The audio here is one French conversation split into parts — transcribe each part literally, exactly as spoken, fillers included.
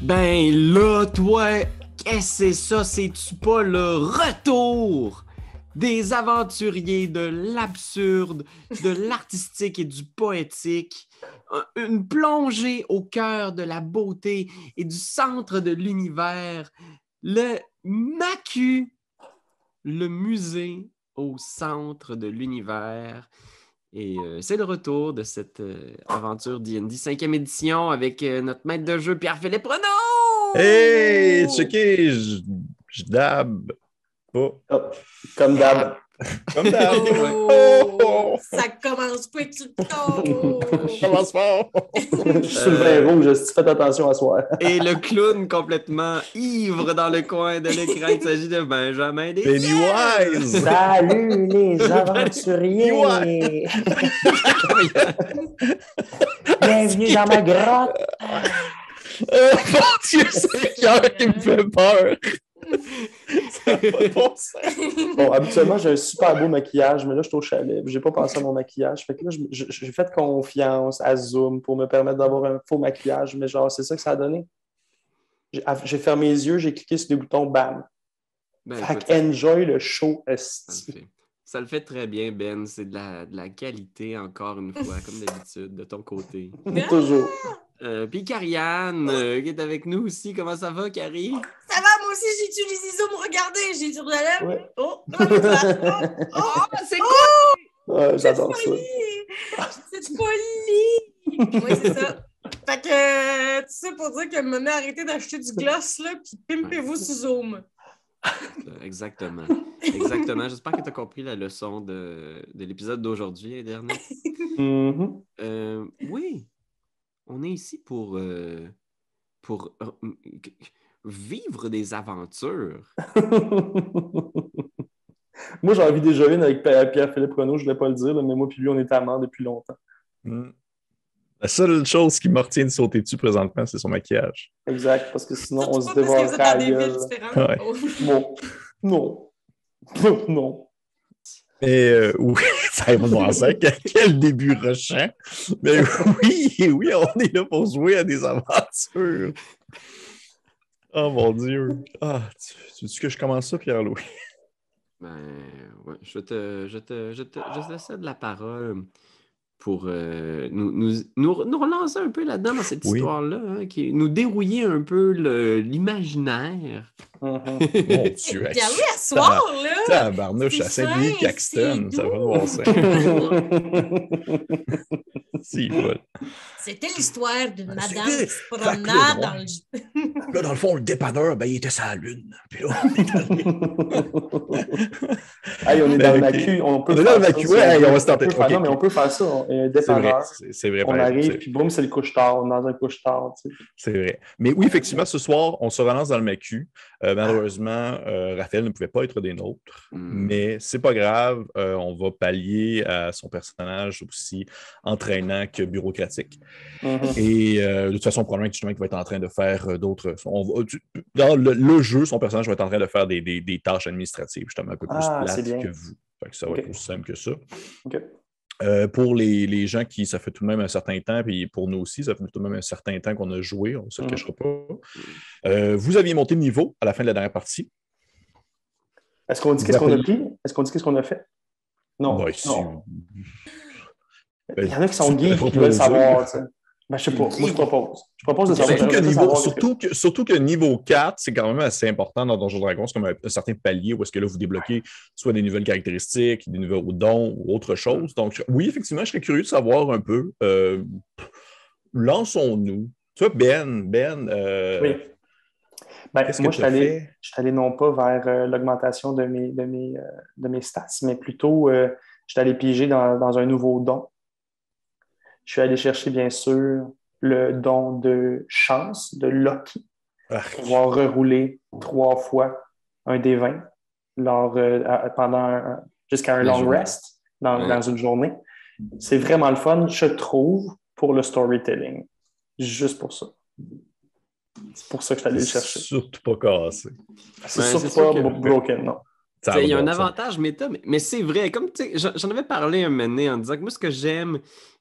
Ben là, toi, qu'est-ce que c'est ça? C'est-tu pas le retour des aventuriers de l'absurde, de l'artistique et du poétique? Une plongée au cœur de la beauté et du centre de l'univers. Le M A C U, le musée au centre de l'univers. Et euh, c'est le retour de cette euh, aventure D and D cinquième édition avec euh, notre maître de jeu Pierre-Philippe Renaud! Hey, checké, je, je dab pas. Oh, comme d'hab. Comme d'hab. Oh, Oh, oh. Ça commence quick sur le ton. Commence fort. Je suis sur le vin rouge, faites attention à soi. Et le clown complètement ivre dans le coin de l'écran. Il s'agit de Benjamin Desbiens. Pennywise. Salut les aventuriers! Bienvenue dans ma grotte! Oh mon Dieu, c'est le cœur qui me fait peur. Ça n'a pas de bon sens. Bon, habituellement, j'ai un super beau maquillage, mais là, je suis au chalet. J'ai pas pensé à mon maquillage. Fait que là, je- je- j'ai fait confiance à Zoom pour me permettre d'avoir un faux maquillage, mais genre, c'est ça que ça a donné. J'ai j'ai fermé les yeux, j'ai cliqué sur des boutons, bam. Ben, Fait écoute, que enjoy le show, ça, le esti. fait. Ça le fait très bien, Ben. C'est de la, de la qualité, encore une fois, comme d'habitude, de ton côté. Toujours. Euh, Puis Karianne, euh, qui est avec nous aussi. Comment ça va, Carrie? Ça va, moi aussi, j'utilise Zoom. Regardez, j'ai sur la lèvre. Ouais. Oh, comment ça va? Oh, oh, c'est quoi? Ouais, c'est j'adore ça. folie! C'est folie! Oui, c'est ça. Fait que, euh, tout ça pour dire que maintenant, arrêtez d'acheter du gloss, là, puis pimpez-vous sur Zoom. Euh, Exactement. Exactement. J'espère que tu as compris la leçon de, de l'épisode d'aujourd'hui et dernier. Mhm. Euh, oui, on est ici pour, euh, pour euh, vivre des aventures. Moi, j'en vis déjà une avec Pierre- Pierre-Philippe Renaud, je ne voulais pas le dire, là, mais moi et lui, on est amants depuis longtemps. Hmm. La seule chose qui me retient de sauter dessus présentement, c'est son maquillage. Exact, parce que sinon, on Surtout se pas parce que vous dévorerait êtes dans la des villes gueule. différentes. Ouais. Oh. Non. Non. Non. Et euh, oui, ça va voir ça. Quel, quel début rushant. Mais oui, oui, on est là pour jouer à des aventures. Oh mon Dieu. Ah, tu, tu veux que je commence ça, Pierre-Louis? Ben, ouais, je te, je te, je te, je te cède la parole pour euh, nous, nous, nous, nous relancer un peu là-dedans dans cette Oui. histoire-là, hein, qui, nous dérouiller un peu le- l'imaginaire. Mhm. Mon Dieu. Pierre-Louis, à soir, là! Tabarnouche, à C'est Saint-Denis-Caxton, fin, ça va c'est de bon sens. C'est folle. C'était l'histoire d'une Ah, madame c'était- qui se fait que promenait là, dans ouais. le... Là, dans le fond, le dépanneur, ben, il était sur la lune. Puis là, on est allé. Hey, on est Ben, dans le ok. M A C U, on peut On est faire dans le ça, M A C U, si ouais, veut. on va se tenter. peut faire- Ok, Non, mais ok. on peut faire ça. On- Il y a un C'est vrai, dépanneur. c'est c'est vrai. On par exemple, arrive, c'est- puis boum, c'est le couche-tard. On est dans un couche-tard. Tu sais. C'est vrai. Mais oui, effectivement, ce soir, on se relance dans le M A C U. Euh, malheureusement, euh, Raphaël ne pouvait pas être des nôtres, Mm. mais c'est pas grave. Euh, on va pallier à son personnage aussi entraînant que bureaucratique. Mhm. Et euh, de toute façon, probablement que justement, qu'il va être en train de faire euh, d'autres. on va- tu- Dans le, le jeu, son personnage va être en train de faire des, des- des tâches administratives, justement, un peu plus Ah, c'est plates bien. que vous. Fait que ça va Ok. être aussi simple que ça. OK. Euh, pour les, les gens qui, ça fait tout de même un certain temps, puis pour nous aussi, ça fait tout de même un certain temps qu'on a joué, on ne se le Mhm. cachera pas. Euh, vous aviez monté de niveau à la fin de la dernière partie. Est-ce qu'on dit Vous qu'est-ce qu'on a appelez- pris? Est-ce qu'on dit qu'est-ce qu'on a fait? Non. Ben, si- non. Ben, Il y en a qui sont tu geeks peux qui veulent proposer. savoir. Tu sais. Ben, je sais pas. Moi, je propose. Je propose de savoir. Surtout que, j'aimerais ça niveau, savoir qu'est-ce que- surtout, que, surtout que niveau quatre, c'est quand même assez important dans Donjons et Dragons. C'est comme un, un certain palier où est-ce que là, vous débloquez soit des nouvelles caractéristiques, des nouveaux dons ou autre chose. Donc, je- oui, effectivement, je serais curieux de savoir un peu. Euh, lançons-nous. Tu vois, Ben, Ben, euh, Oui. Ben, qu'est-ce moi, que je suis tu as allé, fait? je suis allé non pas vers euh, l'augmentation de mes, de, mes, euh, de mes stats, mais plutôt, euh, je suis allé piger dans, dans un nouveau don. Je suis allé chercher, bien sûr, le don de chance, de Lucky, Ah, pouvoir rerouler trois fois un des vingt lors, euh, à- pendant un- jusqu'à un La long journée. rest dans, Ouais. dans une journée. C'est vraiment le fun, je trouve, pour le storytelling. Juste pour ça. C'est pour ça que je suis allé le chercher. surtout pas cassé. C'est Ouais, surtout c'est sûr pas que- bro- broken, non. Ça T'sais, il y a va un bon sens. avantage méta, mais, mais c'est vrai. Comme tu sais, j'en j'en avais parlé un moment donné en disant que moi, ce que j'aime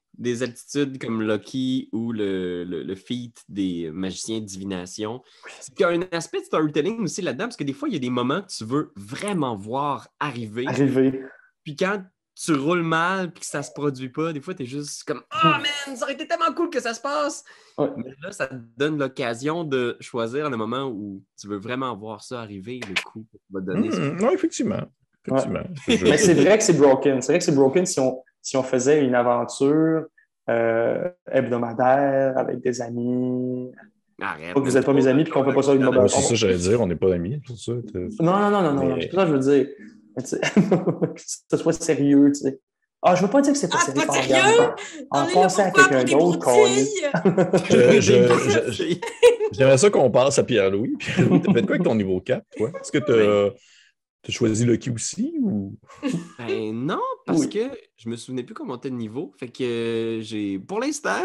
des altitudes comme Loki ou le, le, le feat des magiciens de divination. Il y a un aspect de storytelling aussi là-dedans, parce que des fois, il y a des moments que tu veux vraiment voir arriver. Arriver. Puis quand tu roules mal puis que ça se produit pas, des fois, tu es juste comme « Ah, oh, man, ça aurait été tellement cool que ça se passe! Ouais. » Mais là, ça te donne l'occasion de choisir le moment où tu veux vraiment voir ça arriver, le coup que tu vas donner. Mmh, non, effectivement. effectivement. Ouais. Je... Mais c'est vrai que c'est broken. C'est vrai que c'est broken si on, si on faisait une aventure euh, hebdomadaire avec des amis. Arrête. Pas que vous n'êtes pas mes amis et qu'on ne fait pas ça une mobile. C'est ça, j'allais dire, on n'est pas amis. Pour ça, non, non, non, non, non, mais... c'est pas ça que je veux dire. Que ce soit sérieux, tu sais. Ah, je veux pas dire que c'est pas ah, sérieux. Pas sérieux? En pensant à quelqu'un d'autre qu'on je, je, je, J'aimerais ça qu'on passe à Pierre-Louis. Pierre-Louis, t'as fait quoi avec ton niveau quatre, toi? Est-ce que t'as as choisi Lucky aussi? Ou... Ben non, parce oui. que je me souvenais plus comment monter de niveau. Fait que euh, j'ai, pour l'instant,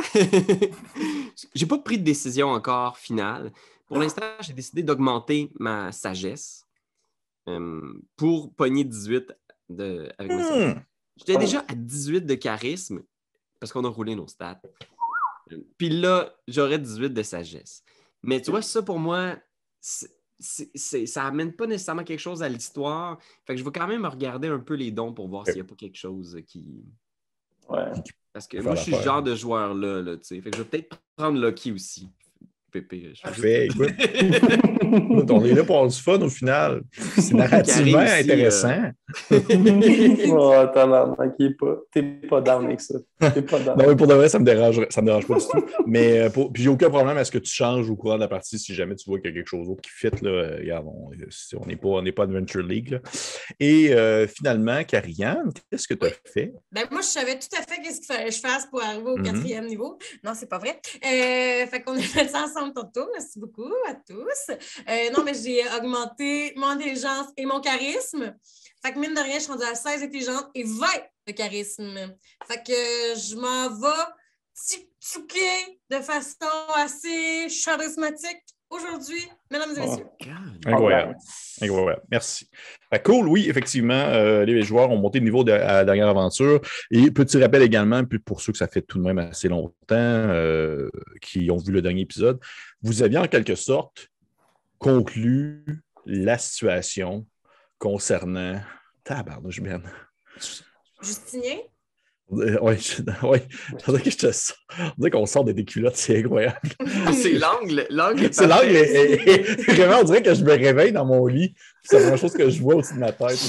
j'ai pas pris de décision encore finale. Pour l'instant, j'ai décidé d'augmenter ma sagesse euh, pour pogner dix-huit de, avec ma sagesse. Hmm. J'étais déjà à dix-huit de charisme parce qu'on a roulé nos stats. Puis là, j'aurais dix-huit de sagesse. Mais tu vois, ça pour moi, c'est, c'est, c'est, ça amène pas nécessairement quelque chose à l'histoire. Fait que je vais quand même regarder un peu les dons pour voir s'il n'y a pas quelque chose qui... Ouais. Parce que moi, je suis ce genre de joueur-là, là, tu sais. Fait que je vais peut-être prendre Lucky aussi. Pépé. Parfait, écoute. écoute. On est là pour avoir du fun au final. C'est narrativement aussi, intéressant. Euh... oh, tabarnak, il est pas. T'es pas down avec ça. T'es pas down. Non, mais pour de vrai, ça me dérange, ça me dérange pas du tout. Mais pour... puis j'ai aucun problème à ce que tu changes au courant de la partie si jamais tu vois qu'il y a quelque chose d'autre qui fit. Là. Regarde, on n'est pas, on pas Adventure League. Là. Et euh, finalement, Karianne, qu'est-ce que tu as fait? Ben moi, je savais tout à fait qu'est-ce qu'il fallait que je fasse pour arriver au mm-hmm. quatrième niveau. Non, c'est pas vrai. Euh, fait qu'on a fait ça ensemble tantôt. Merci beaucoup à tous. Euh, non, mais j'ai augmenté mon intelligence et mon charisme. Fait que mine de rien, je suis rendue à seize intelligence et vingt de charisme. Fait que je m'en vais tic-touquer de façon assez charismatique aujourd'hui, mesdames et messieurs. Oh, incroyable. Incroyable. Merci. Fait, cool, oui, effectivement, euh, les joueurs ont monté de niveau de, à la dernière aventure. Et petit rappel également, puis pour ceux que ça fait tout de même assez longtemps, euh, qui ont vu le dernier épisode, vous aviez en quelque sorte conclu la situation concernant... Tabarnouche, Ben. Justinien? Euh, oui, oui. On dirait que je te sors. On dirait qu'on sort de des culottes, c'est incroyable. C'est l'angle. L'angle est c'est l'angle. Et, et, et, vraiment, on dirait que je me réveille dans mon lit. C'est la première chose que je vois au-dessus de ma tête.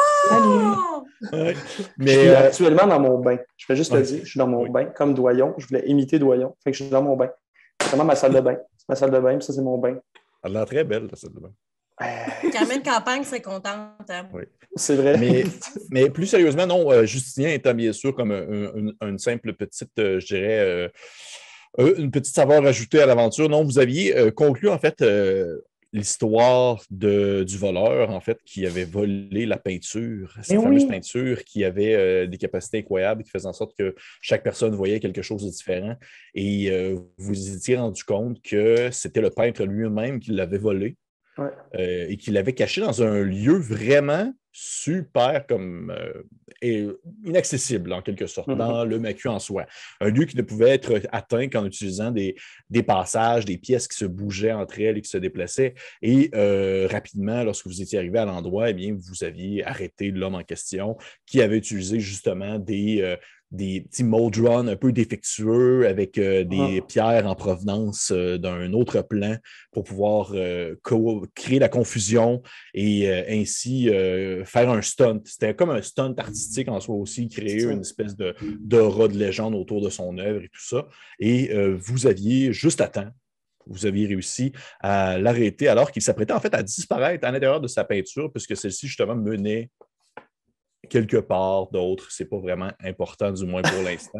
Oh! Ouais. Mais je suis euh... actuellement dans mon bain. Je vais juste ouais. le dire. Je suis dans mon oui. bain, comme Doyon. Je voulais imiter Doyon. Fait que je suis dans mon bain. C'est vraiment ma salle de bain. C'est ma salle de bain, puis ça, c'est mon bain. Elle a l'air très belle, la salle de bain. Carmen Campagne serait contente. Hein? Oui. C'est vrai. Mais, mais plus sérieusement, non, euh, Justinien étant bien sûr comme un, un, une simple petite, euh, je dirais, euh, une petite saveur ajoutée à l'aventure. Non, vous aviez euh, conclu en fait euh, l'histoire de, du voleur, en fait, qui avait volé la peinture, cette mais fameuse oui. peinture qui avait euh, des capacités incroyables, qui faisait en sorte que chaque personne voyait quelque chose de différent. Et euh, vous vous étiez rendu compte que c'était le peintre lui-même qui l'avait volé. Ouais. Euh, et qu'il l'avait caché dans un lieu vraiment super comme euh, et inaccessible en quelque sorte, mm-hmm. dans le maquis en soi. Un lieu qui ne pouvait être atteint qu'en utilisant des, des passages, des pièces qui se bougeaient entre elles et qui se déplaçaient. Et euh, rapidement, lorsque vous étiez arrivé à l'endroit, eh bien, vous aviez arrêté l'homme en question qui avait utilisé justement des... Euh, des petits mold runs un peu défectueux avec euh, des oh. pierres en provenance euh, d'un autre plan pour pouvoir euh, co- créer la confusion et euh, ainsi euh, faire un stunt. C'était comme un stunt artistique en soi aussi, créer une espèce de, d'aura de légende autour de son œuvre et tout ça. Et euh, vous aviez juste à temps, vous aviez réussi à l'arrêter alors qu'il s'apprêtait en fait à disparaître à l'intérieur de sa peinture puisque celle-ci justement menait quelque part d'autre, c'est pas vraiment important, du moins pour l'instant.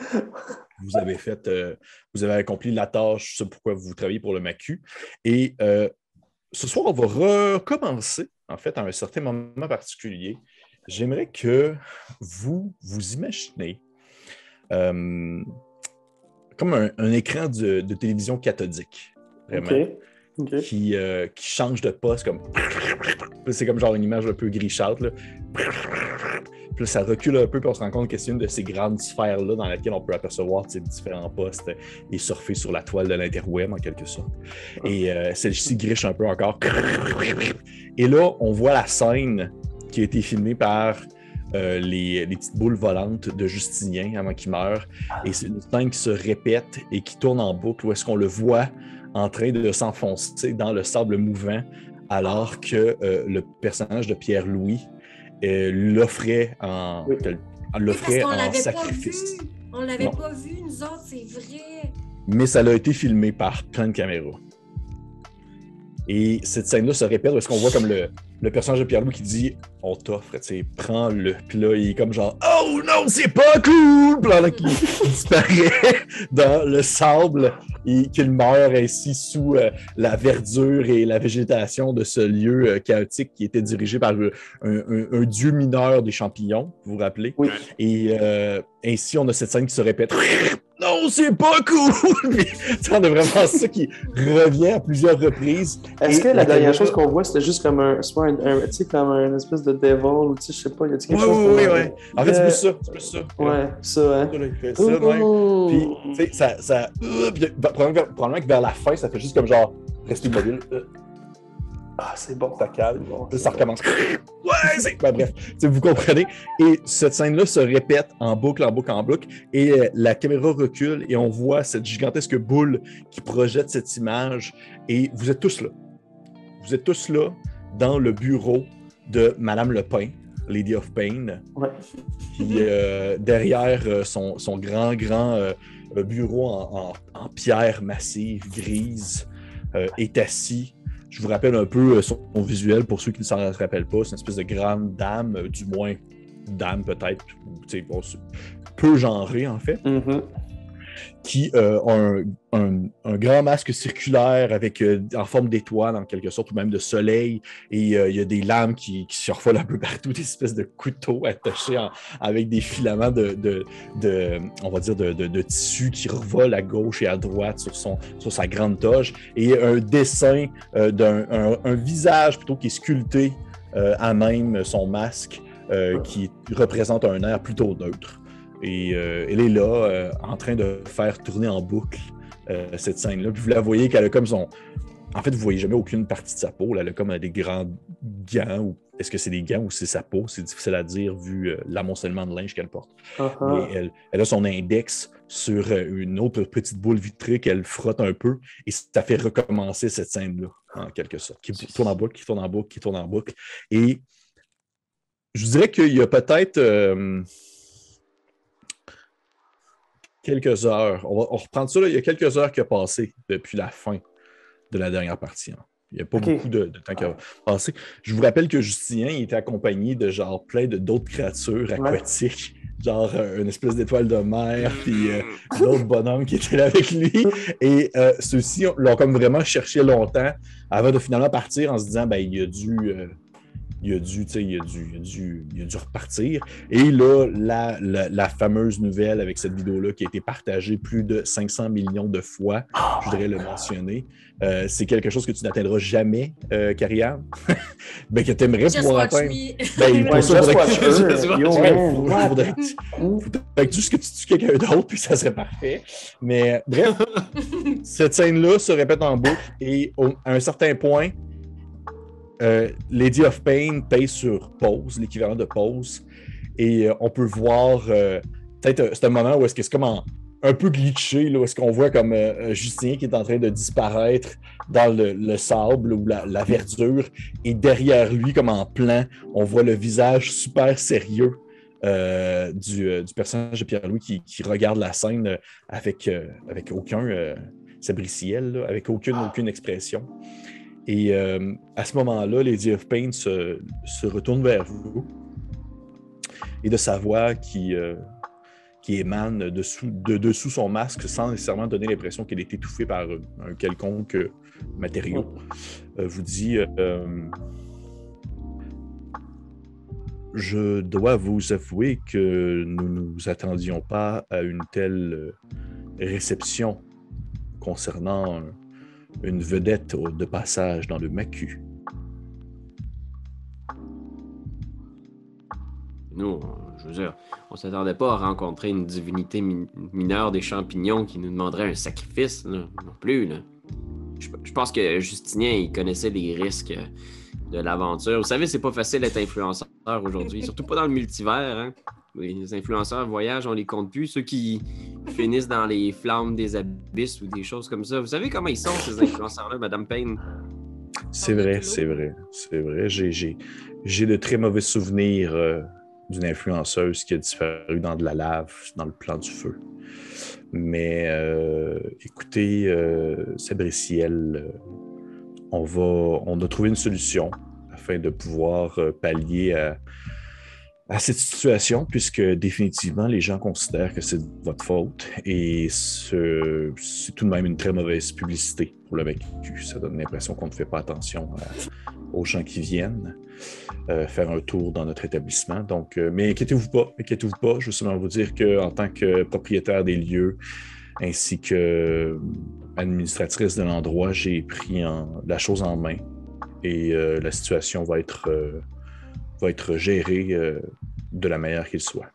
Vous avez fait, euh, vous avez accompli la tâche, c'est pourquoi vous travaillez pour le M A C U. Et euh, ce soir, on va recommencer, en fait, à un certain moment particulier. J'aimerais que vous vous imaginez euh, comme un, un écran de, de télévision cathodique, vraiment. Okay. Okay. Qui, euh, qui change de poste comme... C'est comme genre une image un peu grisâtre. Là. Puis là, ça recule un peu, puis on se rend compte que c'est une de ces grandes sphères-là dans laquelle on peut apercevoir différents postes et surfer sur la toile de l'interweb, en quelque sorte. Et euh, celle-ci griche un peu encore. Et là, on voit la scène qui a été filmée par euh, les, les petites boules volantes de Justinien avant qu'il meure. Et c'est une scène qui se répète et qui tourne en boucle, où est-ce qu'on le voit en train de s'enfoncer dans le sable mouvant, alors que euh, le personnage de Pierre-Louis euh, l'offrait en, Oui. l'offrait Oui, en sacrifice. Pas vu. On l'avait Non. pas vu, nous autres, c'est vrai. Mais ça a été filmé par plein de caméras. Et cette scène-là se répète, parce qu'on voit comme le, le personnage de Pierre-Louis qui dit « On t'offre, tu sais, prends-le. » Puis là, il est comme genre « Oh non, c'est pas cool! » Puis là, qui disparaît dans le sable et qu'il meurt ainsi sous euh, la verdure et la végétation de ce lieu euh, chaotique qui était dirigé par euh, un, un, un dieu mineur des champignons, vous vous rappelez? Oui. Et euh, ainsi, on a cette scène qui se répète. Non, c'est pas cool! Puis, on a vraiment ça qui revient à plusieurs reprises. Est-ce Et que la, dernière caméra... chose qu'on voit, c'était juste comme un, c'est pas un, un tu sais, comme un espèce de devil, ou tu sais, je sais pas, y a-t-il quelque Oui, chose? oui, comme oui, un- oui. En fait, c'est Euh, plus ça. C'est plus ça. Ouais, ça, hein. Ça, là, il fait ça, ouais. Ouh. Puis, tu sais, ça. ça euh, puis, probablement, probablement que vers la fin, ça fait juste comme genre, rester immobile. Euh, Ah, c'est bon. ça calme. C'est bon, Là, c'est ça bon. recommence. Ouais, c'est. Ben, bref, tu sais, vous comprenez. Et cette scène-là se répète en boucle, en boucle, en boucle. Et euh, la caméra recule et on voit cette gigantesque boule qui projette cette image. Et vous êtes tous là. Vous êtes tous là dans le bureau de Madame Le Pain, Lady of Pain, Ouais. qui, euh, derrière euh, son, son grand, grand euh, bureau en, en- en pierre massive, grise, euh, est assis. Je vous rappelle un peu euh, son, son visuel pour ceux qui ne s'en rappellent pas. C'est une espèce de grande dame, euh, du moins dame peut-être, ou, tu sais, bon, c'est peu genrée en fait, Mhm. qui euh, a un, un- un grand masque circulaire avec, euh, en forme d'étoile en quelque sorte, ou même de soleil, et euh, il y a des lames qui, qui survolent un peu partout, des espèces de couteaux attachés en- avec des filaments de, de, de- on va dire, de, de, de tissu qui revolent à gauche et à droite sur, son, sur sa grande toge, et un dessin euh, d'un un, un visage plutôt qui est sculpté euh, à même son masque, euh, qui représente un air plutôt neutre. Et euh, elle est là, euh, en train de faire tourner en boucle euh, cette scène-là. Puis vous la voyez qu'elle a comme son... En fait, vous ne voyez jamais aucune partie de sa peau. Là. Elle a comme euh, des grands gants. Ou... Est-ce que c'est des gants ou c'est sa peau? C'est difficile à dire vu euh, l'amoncellement de linge qu'elle porte. Uh-huh. Mais elle, elle a son index sur euh, une autre petite boule vitrée qu'elle frotte un peu. Et ça fait recommencer cette scène-là, en quelque sorte. Qui tourne en boucle, qui tourne en boucle, qui tourne en boucle. Et je vous dirais qu'il y a peut-être... Euh... quelques heures. On va on reprend ça, là. Il y a quelques heures qui ont passé depuis la fin de la dernière partie. Hein. Il n'y a pas Okay. beaucoup de, de temps qui a passé. Je vous rappelle que Justinien il était accompagné de genre plein de d'autres créatures aquatiques, ouais. genre euh, une espèce d'étoile de mer, puis euh, d'autres bonhommes qui étaient là avec lui. Et euh, ceux-ci l'ont comme vraiment cherché longtemps avant de finalement partir en se disant ben il a dû. Euh, Il a, dû, il, a dû, il, a dû, il a dû repartir. Et là, la, la, la fameuse nouvelle avec cette vidéo-là qui a été partagée plus de cinq cents millions de fois, je voudrais le mentionner. Euh, c'est quelque chose que tu n'atteindras jamais, euh, Karianne. Ben, que tu aimerais pouvoir atteindre. Ben, ouais, ça, just faudrait watch que, her. Yo, ouais, man, faudrait, what? faudrait que, faudrait que juste que tu tues quelqu'un d'autre, puis ça serait parfait. Mais bref, cette scène-là se répète en boucle et au, à un certain point, Euh, Lady of Pain paye sur pause, l'équivalent de pause, et euh, on peut voir euh, peut-être euh, c'est un moment où est-ce que c'est comme en, un peu glitché, là, où est-ce qu'on voit comme euh, Justinien qui est en train de disparaître dans le, le sable ou la, la verdure, et derrière lui, comme en plan, on voit le visage super sérieux euh, du, euh, du personnage de Pierre-Louis qui, qui regarde la scène avec, euh, avec aucun euh, sabriciel, là, avec aucune, aucune expression. Et euh, à ce moment-là, Lady of Pain se, se retourne vers vous et de sa voix qui, euh, qui émane dessous, de dessous son masque sans nécessairement donner l'impression qu'elle est étouffée par un quelconque matériau, euh, vous dit euh, « Je dois vous avouer que nous ne nous attendions pas à une telle réception concernant... Un, une vedette de passage dans le macu. » nous, on- je veux dire, on s'attendait pas à rencontrer une divinité mi- mineure des champignons qui nous demanderait un sacrifice, là, non plus, là. Je, je pense que Justinien, il connaissait les risques de l'aventure. Vous savez, c'est pas facile d'être influenceur aujourd'hui, surtout pas dans le multivers, hein. Les influenceurs voyagent, on les compte plus. Ceux qui finissent dans les flammes des abysses ou des choses comme ça. Vous savez comment ils sont, ces influenceurs-là, Madame Payne? C'est vrai, c'est vrai, c'est vrai. J'ai, j'ai, j'ai de très mauvais souvenirs euh, d'une influenceuse qui a disparu dans de la lave, dans le plan du feu. Mais euh, écoutez, euh, Sabriciel, euh, on va, on a trouvé une solution afin de pouvoir euh, pallier à, à cette situation, puisque définitivement, les gens considèrent que c'est de votre faute et ce, c'est tout de même une très mauvaise publicité pour le vaincu. Ça donne l'impression qu'on ne fait pas attention à- aux gens qui viennent euh, faire un tour dans notre établissement. Donc, euh, mais inquiétez-vous pas, inquiétez-vous pas. Je veux seulement vous dire qu'en tant que propriétaire des lieux ainsi que administratrice de l'endroit, j'ai pris en- la chose en main et euh, la situation va être... euh, va être géré euh, de la meilleure qu'il soit.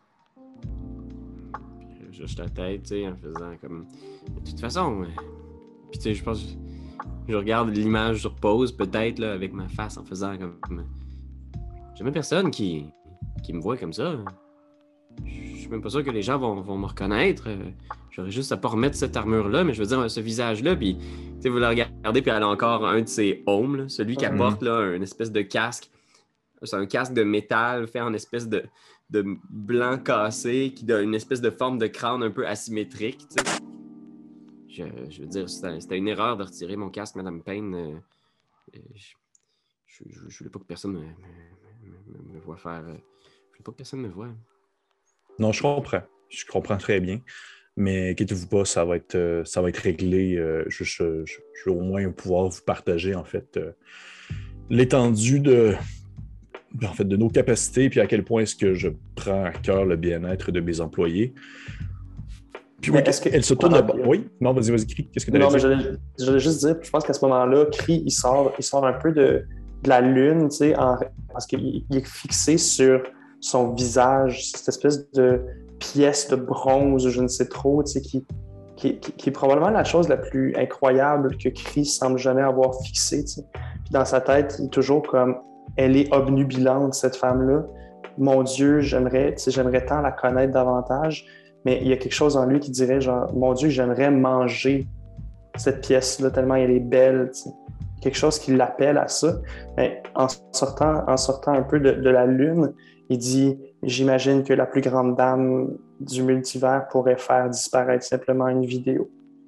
Je hoche la tête, tu sais, en faisant comme... De toute façon, euh, puis tu sais, je pense... Je regarde l'image sur pause, peut-être, là, avec ma face, en faisant comme... Jamais personne qui, qui me voit comme ça. Je suis même pas sûr que les gens vont, vont me reconnaître. Euh, J'aurais juste à pas remettre cette armure-là, mais je veux dire, ce visage-là, puis... Tu sais, vous le regardez, puis elle a encore un de ses hommes, là, celui qui Mhm. apporte, là, une espèce de casque. C'est un casque de métal fait en espèce de, de blanc cassé qui a une espèce de forme de crâne un peu asymétrique. Tu sais. je, je veux dire, c'était, c'était une erreur de retirer mon casque, Madame Payne. Euh, euh, je, je, je voulais pas que personne me, me, me, me voie faire. Euh, je voulais pas que personne me voie. Non, je comprends. Je comprends très bien. Mais inquiétez-vous pas, ça va être, euh, ça va être réglé. Euh, je, je, je, je vais au moins pouvoir vous partager, en fait, euh, l'étendue de... en fait, de nos capacités, puis à quel point est-ce que je prends à cœur le bien-être de mes employés. Puis oui, Mais est-ce que- elle se tourne... Ah, de... Oui? Non, vas-y, vas-y, Cri. Qu'est-ce que tu Non, allais mais dire? j'allais, j'allais juste dire, je pense qu'à ce moment-là, Cree, il sort, il sort un peu de, de la lune, tu sais, en- parce qu'il il est fixé sur son visage, cette espèce de pièce de bronze, je ne sais trop, tu sais, qui, qui, qui, qui est probablement la chose la plus incroyable que Cree semble jamais avoir fixée, tu sais. Puis dans sa tête, il est toujours comme, elle est obnubilante, cette femme-là. Mon Dieu, j'aimerais, tu sais, j'aimerais tant la connaître davantage. Mais il y a quelque chose en lui qui dirait, genre, mon Dieu, j'aimerais manger cette pièce-là tellement elle est belle. Tu sais. Quelque chose qui l'appelle à ça. Mais en sortant, en sortant un peu de, de la lune, il dit, j'imagine que la plus grande dame du multivers pourrait faire disparaître simplement une vidéo.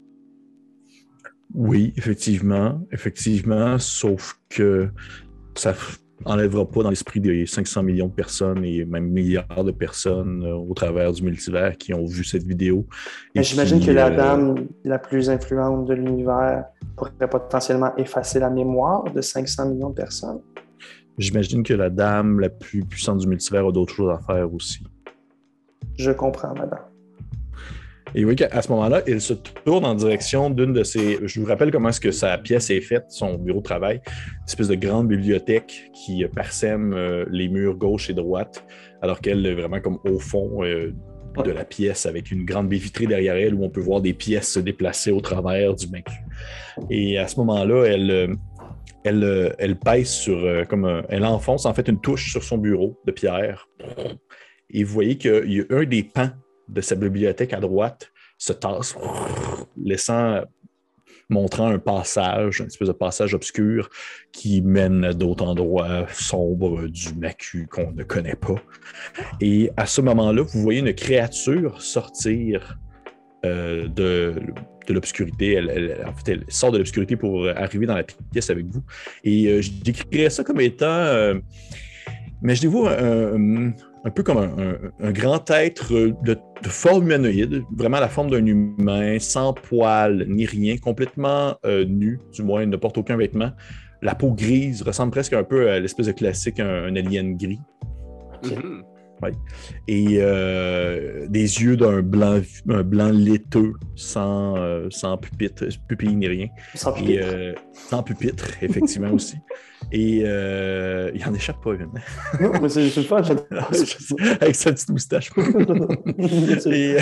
Oui, effectivement, effectivement, sauf que ça n'enlèvera pas dans l'esprit des cinq cents millions de personnes et même milliards de personnes euh, au travers du multivers qui ont vu cette vidéo. Mais et j'imagine qui, que la euh, dame la plus influente de l'univers pourrait potentiellement effacer la mémoire de cinq cents millions de personnes. J'imagine que la dame la plus puissante du multivers a d'autres choses à faire aussi. Je comprends, madame. Et oui, à ce moment-là, il se tourne en direction d'une de ses... Je vous rappelle comment est-ce que sa pièce est faite, son bureau de travail. Une espèce de grande bibliothèque qui parsème euh, les murs gauche et droite, alors qu'elle est vraiment comme au fond euh, de la pièce, avec une grande baie vitrée derrière elle, où on peut voir des pièces se déplacer au travers du vaincu. Et à ce moment-là, elle... Euh, Elle, euh, elle pèse sur, euh, comme un, elle enfonce en fait une touche sur son bureau de pierre. Et vous voyez qu'il y a un des pans de sa bibliothèque à droite se tasse, laissant, montrant un passage, une espèce de passage obscur qui mène à d'autres endroits sombres du macu qu'on ne connaît pas. Et à ce moment-là, vous voyez une créature sortir euh, de... de l'obscurité. Elle, elle, en fait, elle sort de l'obscurité pour arriver dans la pièce avec vous. Et euh, je décrirais ça comme étant, euh, imaginez-vous un, un peu comme un, un, un grand être de, de forme humanoïde, vraiment la forme d'un humain, sans poils ni rien, complètement euh, nu, du moins, il ne porte aucun vêtement. La peau grise ressemble presque un peu à l'espèce de classique, un, un alien gris. Okay. Mm-hmm. Oui. Et euh, des yeux d'un blanc, un blanc laiteux, sans, euh, sans pupitre, pupille ni rien. Sans Et, pupitre. euh, sans pupitre, effectivement aussi. Et euh, il en échappe pas une. Non, mais c'est c'est le fun. j'adore. Avec sa petite moustache. et,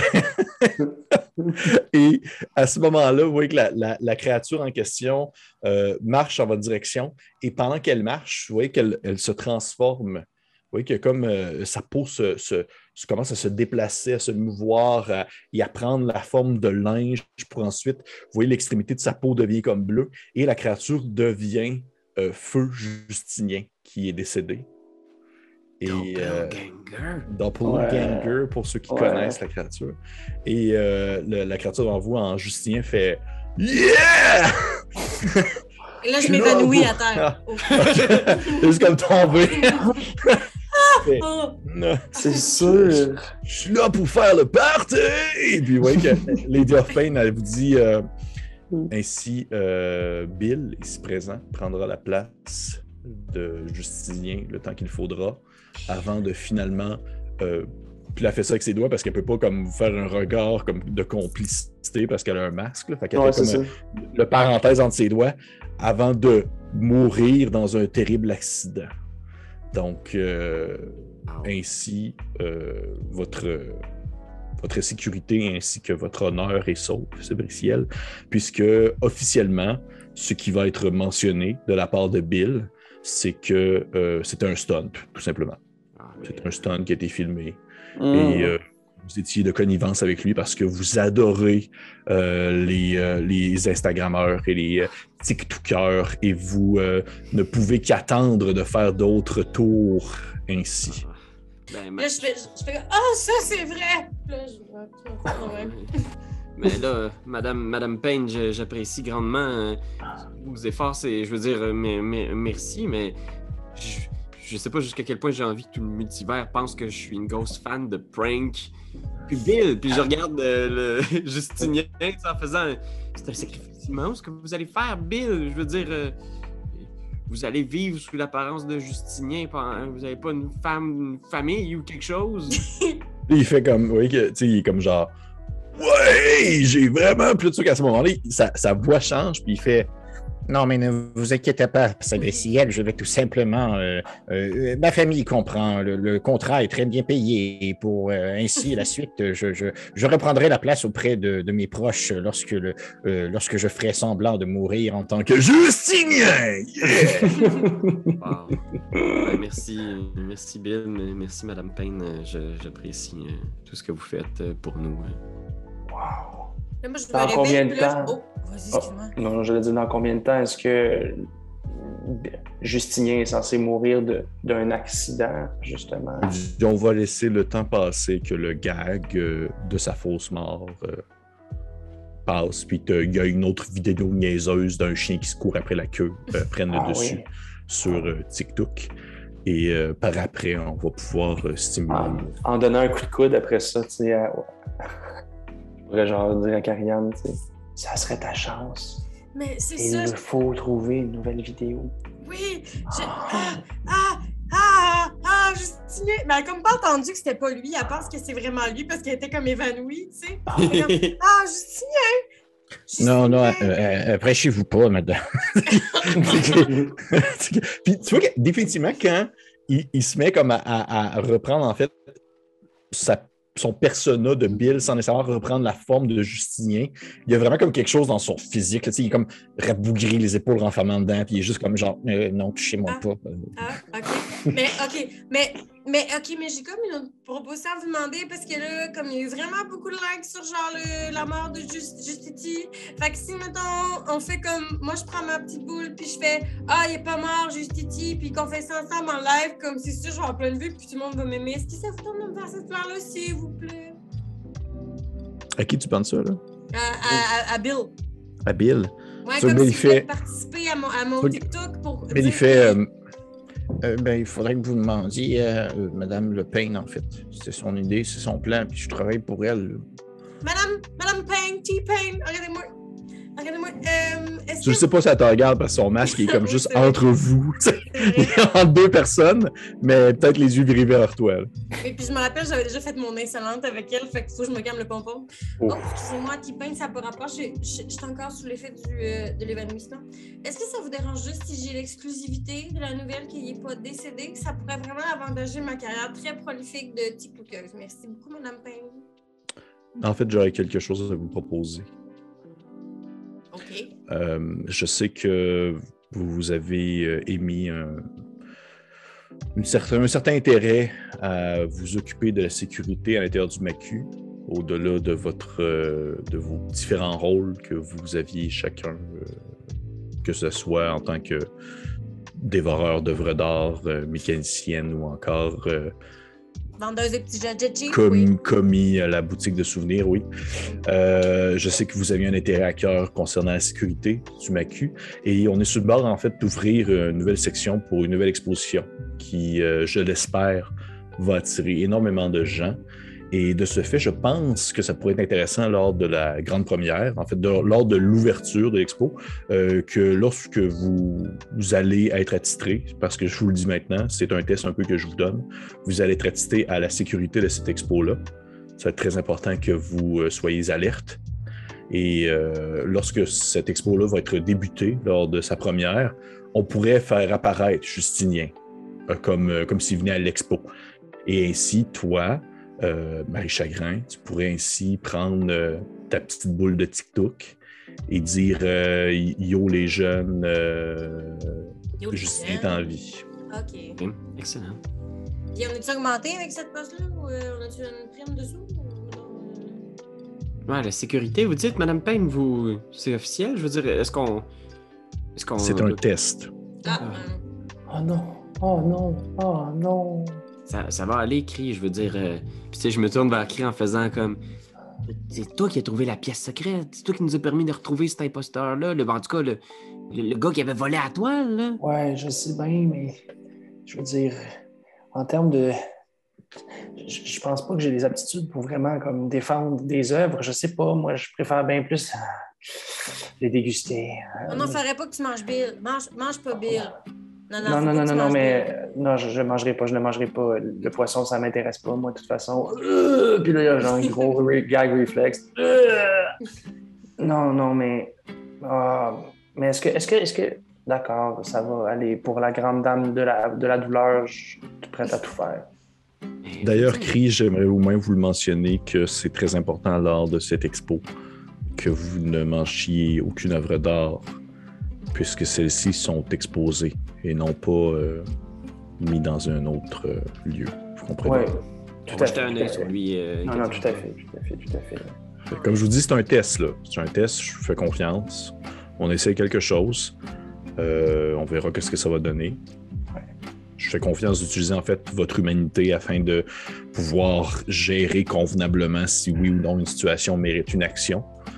et à ce moment-là, vous voyez que la, la, la créature en question euh, marche en votre direction. Et pendant qu'elle marche, vous voyez qu'elle elle se transforme. Vous voyez que comme euh, sa peau se, se, se commence à se déplacer, à se mouvoir à, et à prendre la forme de linge pour ensuite, vous voyez l'extrémité de sa peau devient comme bleue et la créature devient euh, Feu Justinien qui est décédé. Et, euh, Doppelganger. Doppelganger, Ouais. pour ceux qui Ouais. connaissent la créature. Et euh, le- la créature devant vous en Justinien fait « Yeah! » Et là, je Je suis là m'évanouis pour- à terre. Oh. C'est juste comme tomber. Fait, Oh. Non. C'est sûr. Je suis là pour faire le party! Et puis, vous voyez que Lady of Pain, elle vous dit euh, ainsi, euh, Bill, ici présent, prendra la place de Justinien le temps qu'il faudra avant de finalement. Euh, puis elle fait ça avec ses doigts parce qu'elle peut pas comme vous faire un regard comme de complicité parce qu'elle a un masque. Là, fait qu'elle Ouais, fait c'est comme ça. un- le parenthèse entre ses doigts avant de mourir dans un terrible accident. Donc, euh, ainsi, euh, votre, votre sécurité ainsi que votre honneur est sauf, Sébriciel, puisque officiellement, ce qui va être mentionné de la part de Bill, c'est que euh, c'est un stunt, tout simplement. Ah, C'est un stunt qui a été filmé. Mm. Et euh, vous étiez de connivence avec lui parce que vous adorez euh, les, euh, les Instagrammeurs et les euh, TikTokers et vous euh, ne pouvez qu'attendre de faire d'autres tours ainsi. Ben, Là, ma- je fais, je fais oh, ça, c'est vrai! Puis là, je ah, ouais. Mais là, Madame, Madame Payne, je- j'apprécie grandement euh, vos efforts. Et je veux dire, euh, mais, mais- merci, mais je, je sais pas jusqu'à quel point j'ai envie que tout le multivers pense que je suis une grosse fan de prank. Puis Bill, puis je regarde euh, le Justinien en faisant c'est un sacrifice immense que vous allez faire, Bill. Je veux dire, euh, vous allez vivre sous l'apparence de Justinien. pendant- Vous n'avez pas une femme, une famille ou quelque chose? Puis il fait comme, vous voyez que, tu sais, il est comme genre, ouais, j'ai vraiment plus de trucs à ce moment-là. Sa, sa voix change, puis il fait, Non, mais ne vous inquiétez pas, Sébriciel, je vais tout simplement... euh, euh, ma famille comprend, le, le contrat est très bien payé, et pour euh, ainsi la suite, je, je, je reprendrai la place auprès de, de mes proches lorsque, le, euh, lorsque je ferai semblant de mourir en tant que... que Justinien! Yeah! Wow. Ben, merci, merci Bill, mais merci Madame Payne. Euh, je- J'apprécie euh, tout ce que vous faites euh, pour nous. euh. Wow. Là, moi, je me Dans réveille, combien de puis là, je- temps? Oh, vas-y, Oh, excuse-moi. non, j'allais dire dans combien de temps est-ce que Justinien est censé mourir de- d'un accident, justement? On va laisser le temps passer que le gag euh, de sa fausse mort euh, passe, puis il y a une autre vidéo niaiseuse d'un chien qui se court après la queue, euh, prenne le Ah dessus oui. sur euh, TikTok. Et euh, par après, on va pouvoir euh, stimuler. En, en donnant un coup de coude après ça, tu sais, à- je pourrais genre dire à Karianne, tu sais, ça serait ta chance. Mais c'est Il ça. me je- faut trouver une nouvelle vidéo. Oui! Je... Ah! Ah! Ah! Ah! Justinien! Mais elle a comme pas entendu que c'était pas lui. Elle pense que c'est vraiment lui parce qu'elle était comme évanouie, tu sais. Elle est comme, ah! Justinien! Non, non, euh, Justinien! euh, prêchez-vous pas, madame. Puis tu vois que définitivement, quand il, il se met comme à, à- à reprendre en fait sa- son persona de Bill sans nécessairement reprendre la forme de Justinien, il y a vraiment comme quelque chose dans son physique. Là, tu sais, il est comme rabougri, les épaules renfermant dedans, puis il est juste comme genre euh, non, touchez-moi Ah. pas. Ah, ok. Mais, ok. Mais, mais, ok, mais j'ai comme une autre proposition à vous demander parce que là, comme il y a eu vraiment beaucoup de likes sur genre le- la mort de Just, Justiti. Fait que si, mettons, on fait comme. Moi, je prends ma petite boule, puis je fais ah, il est pas mort, Justiti, puis qu'on fait ça ensemble en live, comme c'est sûr, je vais avoir plein de vues, puis tout le monde va m'aimer. Est-ce que ça vous tente de me faire cette fleur-là, s'il vous plaît? À qui tu penses ça, là? À, à, à Bill. À Bill. Ouais, Ça, comme Bill, si il vous voulez fait- participer à mon, à mon Ok. TikTok pour. Mais il dire fait. que- euh, Euh, ben, il faudrait que vous demandiez à euh, Madame Le Pen, en fait. C'est son idée, c'est son plan, puis je travaille pour elle. là. Madame, Madame Payne, T-Payne, regardez-moi. Regardez-moi. Euh, est-ce Je que sais pas si elle te regarde parce que son masque est comme Oui, juste c'est vrai. entre vous. c'est Il vrai? est entre deux personnes, mais peut-être les yeux rivés vers toi. là. Et puis je me rappelle, j'avais déjà fait mon insolente avec elle, fait qu'il faut que je me calme le pompon. Oh. Oh, excusez-moi, qui peint, ça peut rapport. Je je- je suis encore sous l'effet du, euh, de l'évanouissement. Est-ce que ça vous dérange juste si j'ai l'exclusivité de la nouvelle qu'il n'est pas décédé? Ça pourrait vraiment avantager ma carrière très prolifique de TikTokeuse. Merci beaucoup, Madame Payne. En fait, j'aurais quelque chose à vous proposer. OK. Euh, je sais que vous avez euh, émis un, une certain, un certain intérêt à vous occuper de la sécurité à l'intérieur du M A C U, au-delà de, votre, euh, de vos différents rôles que vous aviez chacun, euh, que ce soit en tant que dévoreur d'œuvres d'art, euh, mécanicienne ou encore euh, Vendeuse de petits gadgets cheap, com- oui. commis à la boutique de souvenirs, oui. Euh, je sais que vous aviez un intérêt à cœur concernant la sécurité du M A C U et on est sur le bord, en fait, d'ouvrir une nouvelle section pour une nouvelle exposition qui, euh, je l'espère, va attirer énormément de gens. Et de ce fait, je pense que ça pourrait être intéressant lors de la grande première, en fait, de- lors de l'ouverture de l'expo, euh, que lorsque vous, vous allez être attitré, parce que je vous le dis maintenant, c'est un test un peu que je vous donne, vous allez être attitré à la sécurité de cette expo-là. Ça va être très important que vous euh, soyez alerte. Et euh, lorsque cette expo-là va être débutée lors de sa première, on pourrait faire apparaître Justinien euh, comme, euh, comme s'il venait à l'expo. Et ainsi, toi, euh, Marie Chagrin, tu pourrais ainsi prendre euh, ta petite boule de TikTok et dire euh, Yo les jeunes, euh, Yo, les Justinien est jeunes. en vie. OK. Ok, excellent. Puis on est-tu augmenté avec cette poste-là ou euh, on a-tu une prime dessous? Ou non? Ouais, la sécurité, vous dites, Madame Payne, vous... c'est officiel? Je veux dire, est-ce qu'on... Est-ce qu'on... C'est un test. Ah, Ah. euh, Oh non, oh non, oh non. Ça, ça va aller, Cri, je veux dire... euh, Puis tu sais, je me tourne vers Cri en faisant comme... C'est toi qui as trouvé la pièce secrète. C'est toi qui nous a permis de retrouver cet imposteur-là. Le, en tout cas, le, le, le gars qui avait volé à toi, là. Ouais, je sais bien, mais je veux dire, en termes de. Je, je pense pas que j'ai des aptitudes pour vraiment comme défendre des œuvres. Je sais pas, moi, je préfère bien plus euh, les déguster. Non, non, faudrait pas que tu manges Bill. Mange, mange pas Bill. Non, non, Non, faut non, pas non, que tu non, non, manges mais Bill. euh, non, je ne mangerai pas, je ne mangerai pas. Le poisson, ça m'intéresse pas, moi, de toute façon. Euh, Puis là, il y a genre un gros re- gag reflex. Euh. Non, non, mais. ah, mais est-ce que, est-ce que, est-ce que. D'accord, ça va aller. Pour la grande dame de la, de la douleur, je suis prête à tout faire. Mais, D'ailleurs, tu sais, Cri, j'aimerais au moins vous le mentionner que c'est très important lors de cette expo que vous ne mangiez aucune œuvre d'art, puisque celles-ci sont exposées et non pas euh, mis dans un autre euh, lieu. Vous comprenez? Oui, on tout va à jeter fait. un tout œil à sur fait. lui. euh, Non, non, tout à Catherine. fait, tout à fait, tout à fait. Comme je vous dis, c'est un test, là. C'est un test, je vous fais confiance. On essaie quelque chose. Euh, on verra qu'est-ce que ça va donner. Je fais confiance d'utiliser en fait votre humanité afin de pouvoir gérer convenablement si oui ou non une situation mérite une action.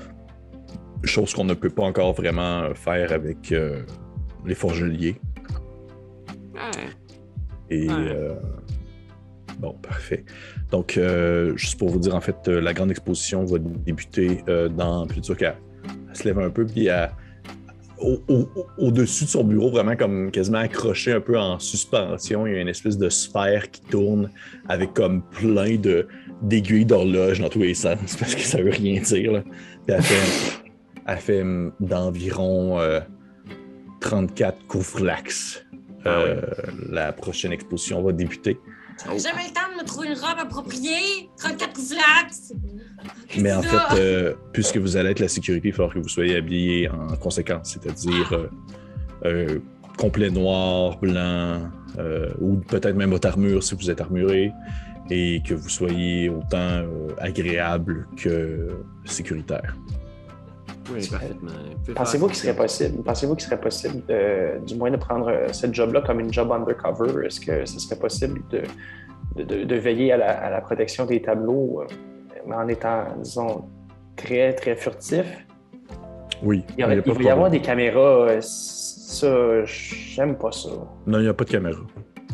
Chose qu'on ne peut pas encore vraiment faire avec euh, les forgeliers. Ouais. Et Ouais. euh, bon, parfait. Donc, euh, juste pour vous dire, en fait, euh, la grande exposition va débuter euh, dans plutôt qu'elle elle se lève un peu, puis elle, au, au, au-dessus de son bureau, vraiment comme quasiment accroché un peu en suspension, il y a une espèce de sphère qui tourne avec comme plein de, d'aiguilles d'horloge dans tous les sens, parce que ça veut rien dire. Là. Puis elle fait, elle fait hum, d'environ euh, trente-quatre coups flax. Euh, La prochaine exposition va débuter. J'ai jamais le temps de me trouver une robe appropriée. trente-quatre coups flax. Mais en C'est fait, ça. euh, puisque vous allez être la sécurité, il va falloir que vous soyez habillé en conséquence, c'est-à-dire euh, euh, complet noir, blanc, euh, ou peut-être même votre armure si vous êtes armuré, et que vous soyez autant euh, agréable que sécuritaire. Oui, parfaitement. Vous pouvez Pensez-vous faire qu'il serait possible, pensez-vous qu'il serait possible de, du moins de prendre euh, cette job-là comme une job undercover? Est-ce que ce serait possible de, de, de, de veiller à la, à la protection des tableaux, euh, mais en étant, disons, très, très furtif? Oui. Il, y aurait- a il pas va de y avoir problème. des caméras, euh, ça, j'aime pas ça. Non, il n'y a pas de caméra.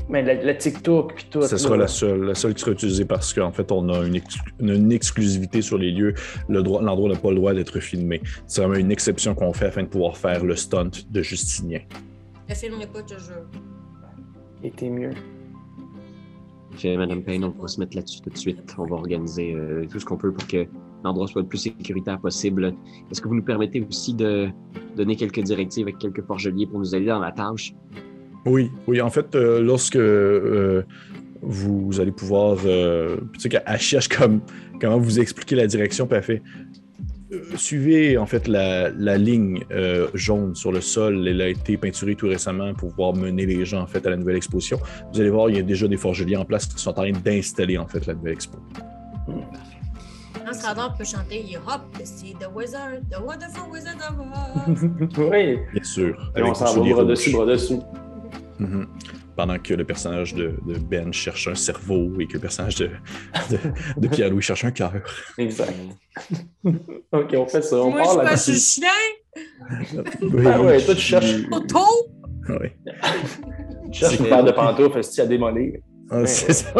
Mais le, le TikTok, puis tout. Ce sera la seule, la seule qui sera utilisée parce qu'en fait, on a une, ex- une exclusivité sur les lieux. Le droit, l'endroit n'a pas le droit d'être filmé. C'est vraiment une exception qu'on fait afin de pouvoir faire le stunt de Justinien. Je filmerai pas, je te jure. Et t'es mieux. Fait, Madame Payne, on va se mettre là-dessus tout de suite. On va organiser euh, tout ce qu'on peut pour que l'endroit soit le plus sécuritaire possible. Est-ce que vous nous permettez aussi de donner quelques directives avec quelques forgeliers pour nous aider dans la tâche? Oui, oui. En fait, euh, lorsque euh, vous allez pouvoir... Euh, tu sais qu'elle cherche comme, comment vous expliquer la direction, puis elle fait... euh, suivez, en fait, la, la ligne euh, jaune sur le sol. Elle a été peinturée tout récemment pour pouvoir mener les gens, en fait, à la nouvelle exposition. Vous allez voir, il y a déjà des forgeliers en place qui sont en train d'installer, en fait, la nouvelle expo. En ce radar, on peut chanter You Hop to see the wizard, the wonderful wizard of Oz. Oui. Bien sûr. Et on Avec s'en des va souliers bras rouges. dessus, bras dessous. Mhm. Pendant que le personnage de, de Ben cherche un cerveau et que le personnage de, de, de Pierre-Louis cherche un cœur. Exact. OK, on fait ça. On Moi, je part suis pas là-dessus. chien. Oui, Ah ouais, toi, tu cherches, Auto. Oui. tu cherches une paire de pantoufles à démolir. Ah, c'est ça.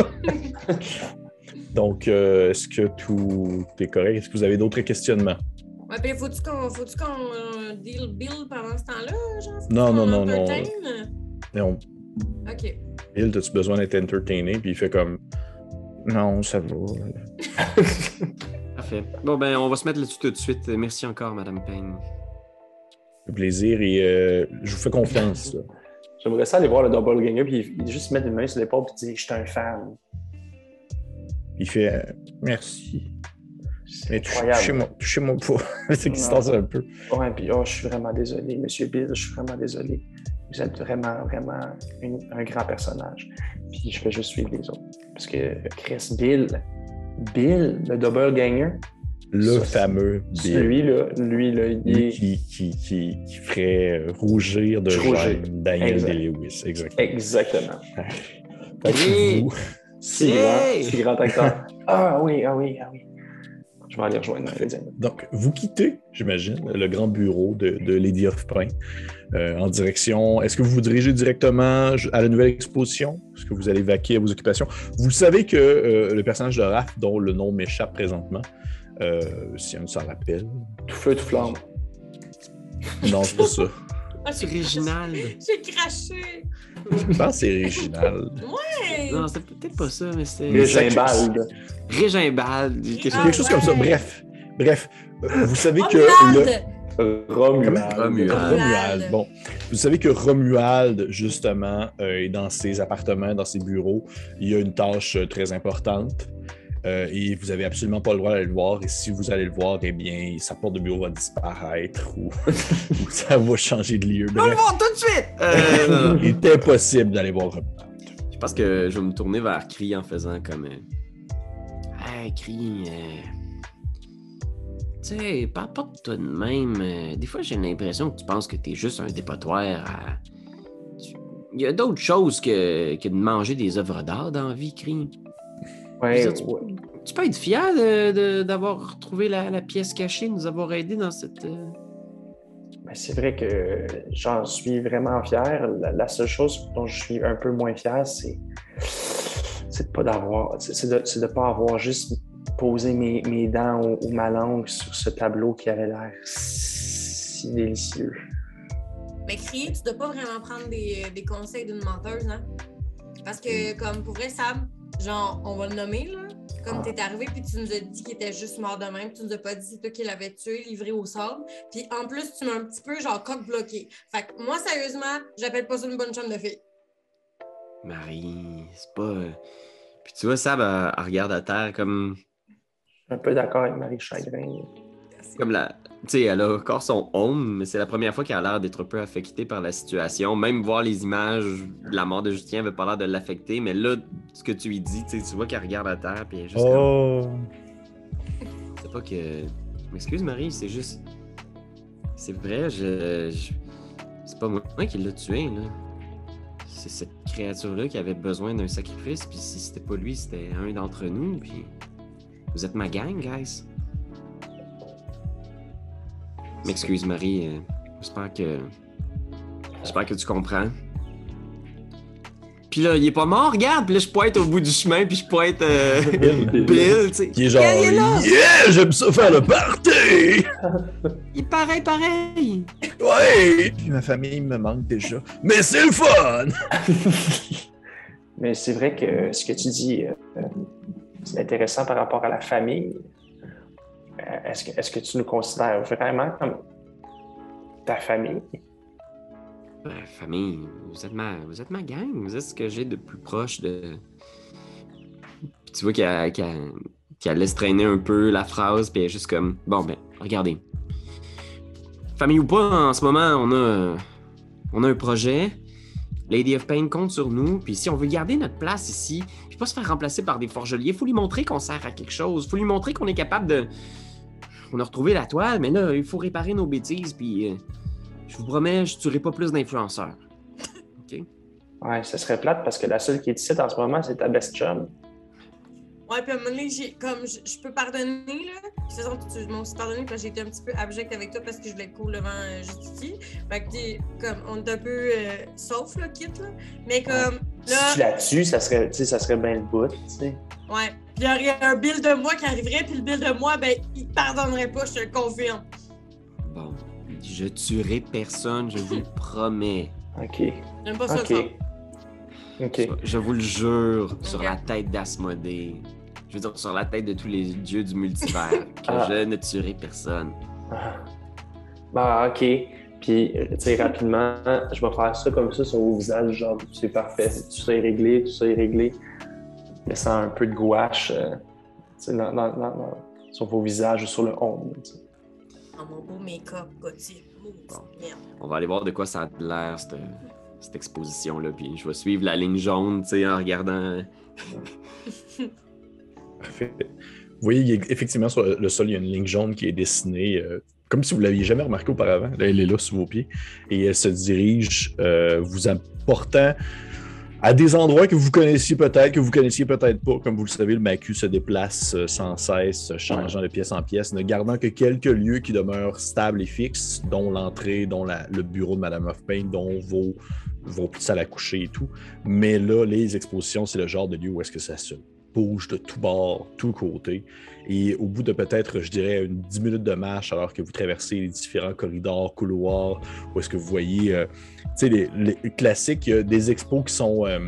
Donc, euh, est-ce que tout est correct? Est-ce que vous avez d'autres questionnements? Ouais, puis faut-tu qu'on faut-tu qu'on euh, deal Bill pendant ce temps-là, genre? Faut-tu Non, non, qu'on non, non. entertain? Non. OK. Bill, as-tu besoin d'être entertainé? Puis il fait comme... Non, ça va. Parfait. Bon, ben, on va se mettre là-dessus tout de suite. Merci encore, Madame Payne. Le plaisir et euh, je vous fais confiance. Là. J'aimerais ça aller voir le doppelganger puis il- juste mettre une main sur l'épaule et dire « Je suis un fan Il fait euh, merci. ». Mais C'est touchez- touchez-moi, incroyable. touchez-moi pas. C'est excitant un peu. Ouais, puis oh, je suis vraiment désolé, Monsieur Bill, je suis vraiment désolé. Vous êtes vraiment, vraiment une- un grand personnage. Puis je vais juste suivre les autres. Parce que Chris, Bill, Bill, le doppelganger, Le Ça, fameux Bill. lui, là, lui, là, il Lui est qui, qui, qui, qui ferait euh, rougir de Rougir. gêne Daniel Exact. Day-Lewis. Exactement. exactement Fait que Oui. vous- si grand, si grand acteur. Ah oui, ah oui, ah oui. Je vais aller rejoindre les amis. Donc, vous quittez, j'imagine, le grand bureau de, de Lady of Pain euh, en direction. Est-ce que vous vous dirigez directement à la nouvelle exposition? Est-ce que vous allez vaquer à vos occupations? Vous savez que euh, le personnage de Raph, dont le nom m'échappe présentement, euh, si on s'en rappelle. Tout feu, tout flamme. Non, c'est pas ça. Ah, C'est j'ai Réginald. J'ai craché. Je pense que c'est Réginald. Hey. Non, c'était peut-être pas ça, mais c'est... Régimbald. Régimbald. Quelque chose, Ah, Quelque chose comme ça. ouais. Bref, bref. Euh, vous savez que Romuald. le... Romuald. Romuald. Romuald. Bon, vous savez que Romuald, justement, euh, est dans ses appartements, dans ses bureaux. Il y a une tâche euh, très importante euh, et vous n'avez absolument pas le droit d'aller le voir. Et si vous allez le voir, eh bien, sa porte de bureau va disparaître ou, ou ça va changer de lieu. On le Bref, voit tout de suite! Euh, non, non. il est impossible d'aller voir Romuald. Je pense que je vais me tourner vers Cree en faisant comme... euh, Hey, Cree, euh... tu sais, parle pas de toi de même. euh, Des fois, j'ai l'impression que tu penses que t'es juste un dépotoir à... Tu- Il y a d'autres choses que, que de manger des œuvres d'art dans la vie, Cree. Ouais, Je veux dire, tu- ouais. Tu peux être fier de- de- d'avoir retrouvé la, la pièce cachée, de nous avoir aidés dans cette... euh, Ben, c'est vrai que j'en suis vraiment fier. La, la seule chose dont je suis un peu moins fier, c'est, c'est de pas d'avoir, c'est c'est de, c'est de pas avoir juste posé mes, mes dents ou, ou ma langue sur ce tableau qui avait l'air si délicieux. Mais crier, tu dois pas vraiment prendre des, des conseils d'une menteuse, hein? Parce que, comme pour vrai, Sam, genre, on va le nommer, là. Comme Ah. t'es arrivé, puis tu nous as dit qu'il était juste mort de même, tu nous as pas dit c'est toi qui l'avais tué, livré au sable. Puis en plus, tu m'as un petit peu, genre, coq bloqué. Fait que moi, sérieusement, j'appelle pas ça une bonne chambre de fille. Marie, c'est pas... euh, Puis tu vois, Sab, elle, elle regarde à terre comme... Je suis un peu d'accord avec Marie Chagrin. Comme la... Tu sais, elle a encore son home, mais c'est la première fois qu'elle a l'air d'être un peu affectée par la situation. Même voir les images de la mort de Justin avait pas l'air de l'affecter, mais là, ce que tu lui dis, tu sais, tu vois qu'elle regarde à terre, puis elle est juste comme... Oh! C'est pas que... Je m'excuse, Marie, c'est juste... C'est vrai, je... je- C'est pas moi qui l'ai tué, là. C'est cette créature-là qui avait besoin d'un sacrifice, puis si c'était pas lui, c'était un d'entre nous, puis... Vous êtes ma gang, guys. M'excuse, Marie. euh, J'espère que... J'espère que tu comprends. Puis là, il est pas mort, regarde. Puis là, je pointe au bout du chemin, puis je pointe euh, Bill. Bill, tu sais. Qui est genre, Il est là. yeah, j'aime ça faire le party! Il est pareil, pareil. Ouais! Puis ma famille me manque déjà. Mais c'est le fun! Mais c'est vrai que ce que tu dis, euh, c'est intéressant par rapport à la famille. Euh, Est-ce que, est-ce que tu nous considères vraiment comme ta famille? Euh, famille, vous êtes, ma, vous êtes ma gang. Vous êtes ce que j'ai de plus proche de... Puis tu vois qu'elle, qu'elle, qu'elle laisse traîner un peu la phrase, puis elle est juste comme... Bon, ben, regardez. Famille ou pas, en ce moment, on a, on a un projet. Lady of Pain compte sur nous, puis si on veut garder notre place ici, puis pas se faire remplacer par des forgeliers, il faut lui montrer qu'on sert à quelque chose. Il faut lui montrer qu'on est capable de... On a retrouvé la toile, mais là, il faut réparer nos bêtises, puis... Euh, je vous promets, je ne tuerai pas plus d'influenceurs. OK? Ouais, ça serait plate parce que la seule qui est ici en ce moment, c'est ta best chum. Ouais, puis à un moment donné, j'ai, comme, je, je peux pardonner, là. Puis de toute façon, tu m'as aussi pardonné, puis j'ai été un petit peu abject avec toi parce que je voulais être cool devant euh, Justitie. Fait que, t'es, comme, on est un peu euh, sauf, là, quitte, là. Mais comme, Si tu là... la tues, ça serait, tu sais, ça serait bien le bout, tu sais. Ouais. Puis il y aurait un bill de moi qui arriverait, puis le bill de moi, ben, il pardonnerait pas, je te le confirme. Bon, je tuerai personne, je vous le promets. OK. J'aime pas ça, OK. ça. OK. Je vous le jure, sur Ok. la tête d'Asmodée. Je veux dire, sur la tête de tous les dieux du multivers, que Ah. je ne tuerai personne. Ah. Bah, OK. Puis, euh, tu sais, rapidement, je vais faire ça comme ça sur vos visages, genre, c'est parfait. Tout ça est réglé, tout ça est réglé. Laissant un peu de gouache euh, tu sais, dans, dans, dans, dans- sur vos visages ou sur le ombre. tu sais. Oh, mon beau make-up, Gauthier. Maudite Bon. merde. On va aller voir de quoi ça a l'air, cette, cette exposition-là. Puis je vais suivre la ligne jaune, tu sais, en regardant. Parfait. Vous voyez, il y a- effectivement, sur le sol, il y a une ligne jaune qui est dessinée, euh, comme si vous ne l'aviez jamais remarqué auparavant. Là, elle est là sous vos pieds. Et elle se dirige, euh, vous apportant à des endroits que vous connaissiez peut-être, que vous connaissiez peut-être pas. Comme vous le savez, le Macu se déplace euh, sans cesse, changeant de pièce en pièce, ne gardant que quelques lieux qui demeurent stables et fixes, dont l'entrée, dont la- le bureau de Madame of Pain, dont vos, vos petites salles à coucher et tout. Mais là, les expositions, c'est le genre de lieu où est-ce que ça se bouge de tous bords, tous côtés. Et au bout de peut-être, je dirais, une dix minutes de marche, alors que vous traversez les différents corridors, couloirs, où est-ce que vous voyez, euh, tu sais, les, les classiques, il y a des expos qui sont... euh,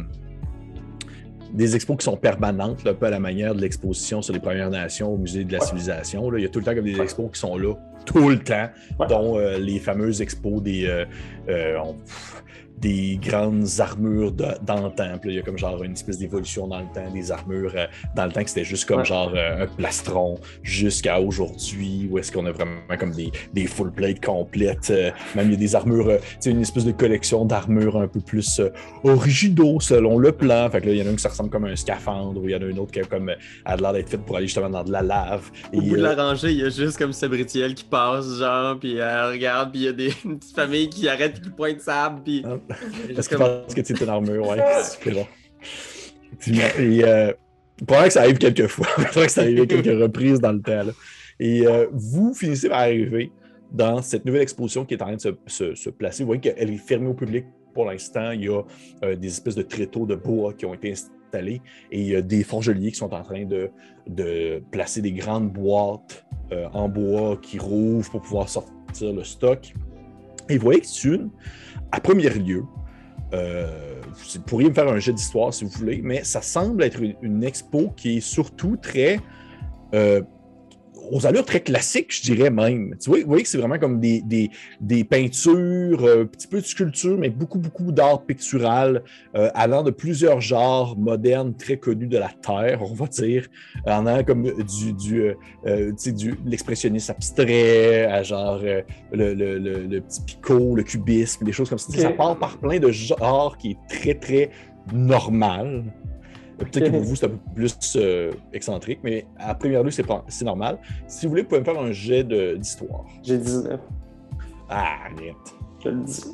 des expos qui sont permanentes, là, un peu à la manière de l'exposition sur les Premières Nations au Musée de la Ouais. Civilisation. Là. Il y a tout le temps comme des Ouais. expos qui sont là, tout le temps, Ouais. dont euh, les fameuses expos des, euh, euh, on- des grandes armures de- d'antan. Puis là, il y a comme genre une espèce d'évolution dans le temps, des armures euh, dans le temps que c'était juste comme Ouais. genre euh, un plastron jusqu'à aujourd'hui, où est-ce qu'on a vraiment comme des, des full plates complètes. euh, même il y a des armures, euh, tu sais, une espèce de collection d'armures un peu plus euh, originaux selon le plan. Fait que là, il y en a une qui ça ressemble comme un scaphandre, ou il y en a une autre qui a comme, euh, a l'air d'être faite pour aller justement dans de la lave. Au Et, bout de la euh, rangée, il y a juste comme Sabritiel qui passe, genre, puis elle regarde, puis il y a des, une petite famille qui arrête et qui pointe sable, puis... Hein? juste Est-ce que tu comme- penses que c'est une armure? Ouais, c'est bon. Effectivement. Et euh, probablement que ça arrive quelques fois. Probablement que ça arrive à quelques reprises dans le temps. Là. Et euh, vous finissez par arriver dans cette nouvelle exposition qui est en train de se, se- se placer. Vous voyez qu'elle est fermée au public pour l'instant. Il y a euh, des espèces de tréteaux de bois qui ont été installés et il y a des forgeliers qui sont en train de, de placer des grandes boîtes euh, en bois qui rouvrent pour pouvoir sortir le stock. Et vous voyez que c'est une, à premier lieu, euh, vous pourriez me faire un jet d'histoire si vous voulez, mais ça semble être une, une expo qui est surtout très... euh, aux allures très classiques, je dirais même. Tu vois, vous voyez que c'est vraiment comme des, des, des peintures, euh, un petit peu de sculpture, mais beaucoup, beaucoup d'art pictural, euh, allant de plusieurs genres modernes très connus de la Terre, on va dire, en allant comme du, du, euh, euh, tu sais, du l'expressionnisme abstrait, à genre euh, le, le, le, le petit picot, le cubisme, des choses comme ça. Ok. Ça part par plein de genres qui est très, très normal. Peut-être que pour vous, c'est un peu plus euh, excentrique, mais à première vue, c'est, pas, c'est normal. Si vous voulez, vous pouvez me faire un jet de, d'histoire. J'ai dix-neuf, Ah, arrête. je le dis.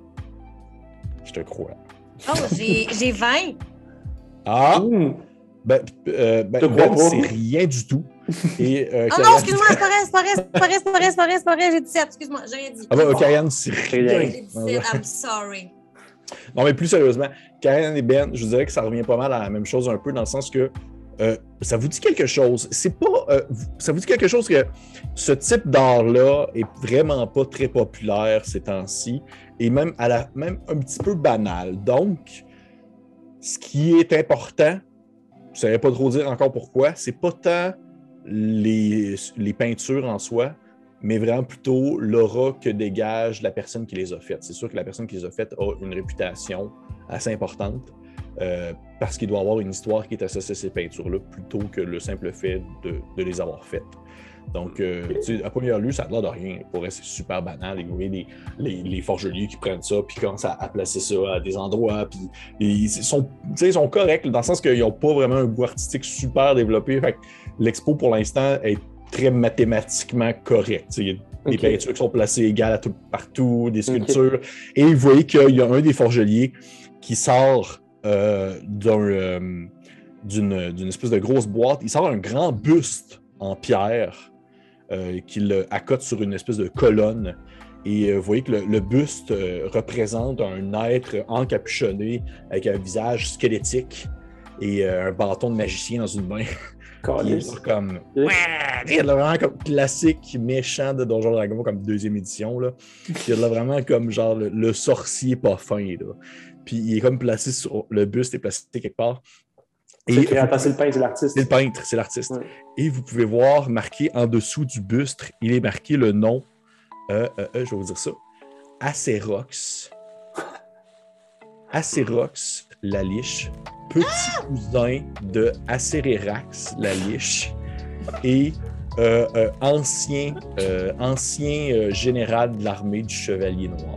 Je te crois. Oh, j'ai, j'ai vingt. Ah! Mmh. Ben, euh, ben, Je te crois Ben, pas. c'est rien du tout. Et, euh, Oh non, Karianne- excuse-moi, c'est pas vrai, c'est pas vrai, c'est pas vrai, c'est pas vrai, c'est pas vrai, c'est pas vrai, j'ai dix-sept, excuse-moi, j'ai rien dit. Ah ben, Karianne, c'est rien. J'ai dix-sept, I'm sorry. Non, mais plus sérieusement, Karen et Ben, je vous dirais que ça revient pas mal à la même chose un peu, dans le sens que euh, ça vous dit quelque chose. C'est pas. Euh, ça vous dit quelque chose que ce type d'art-là est vraiment pas très populaire ces temps-ci, et même, à la, même un petit peu banal. Donc, ce qui est important, je ne saurais pas trop dire encore pourquoi, c'est pas tant les, les peintures en soi, mais vraiment plutôt l'aura que dégage la personne qui les a faites. C'est sûr que la personne qui les a faites a une réputation assez importante, euh, parce qu'il doit avoir une histoire qui est associée à ces peintures-là, plutôt que le simple fait de, de les avoir faites. Donc, euh, tu sais, à première vue, ça a l'air de rien. Pour vrai, c'est super banal. Et vous voyez les, les, les forgeliers qui prennent ça, puis commencent à, à placer ça à des endroits, puis ils sont, ils sont corrects, dans le sens qu'ils n'ont pas vraiment un goût artistique super développé. Fait que l'expo, pour l'instant, est très mathématiquement correcte. Il y a des okay. peintures qui sont placées égales à tout, partout, des sculptures. Okay. Et vous voyez qu'il y a un des forgeliers qui sort euh, d'un, euh, d'une, d'une espèce de grosse boîte. Il sort un grand buste en pierre euh, qu'il accote sur une espèce de colonne. Et euh, vous voyez que le, le buste euh, représente un être encapuchonné avec un visage squelettique et euh, un bâton de magicien dans une main. Il est comme, ouais, il y a vraiment comme classique méchant de Donjon Dragon, comme deuxième édition. Là. Il y a vraiment comme genre le, le sorcier pas fin. Là. Puis il est comme placé sur le buste, est placé quelque part. Et c'est, attends, c'est le peintre, c'est l'artiste. C'est le peintre, c'est l'artiste. Ouais. Et vous pouvez voir marqué en dessous du buste, il est marqué le nom, euh, euh, euh, je vais vous dire ça, Acérox. Acérox, la liche, petit cousin de Acérerax, la liche, et euh, euh, ancien, euh, ancien euh, général de l'armée du Chevalier Noir.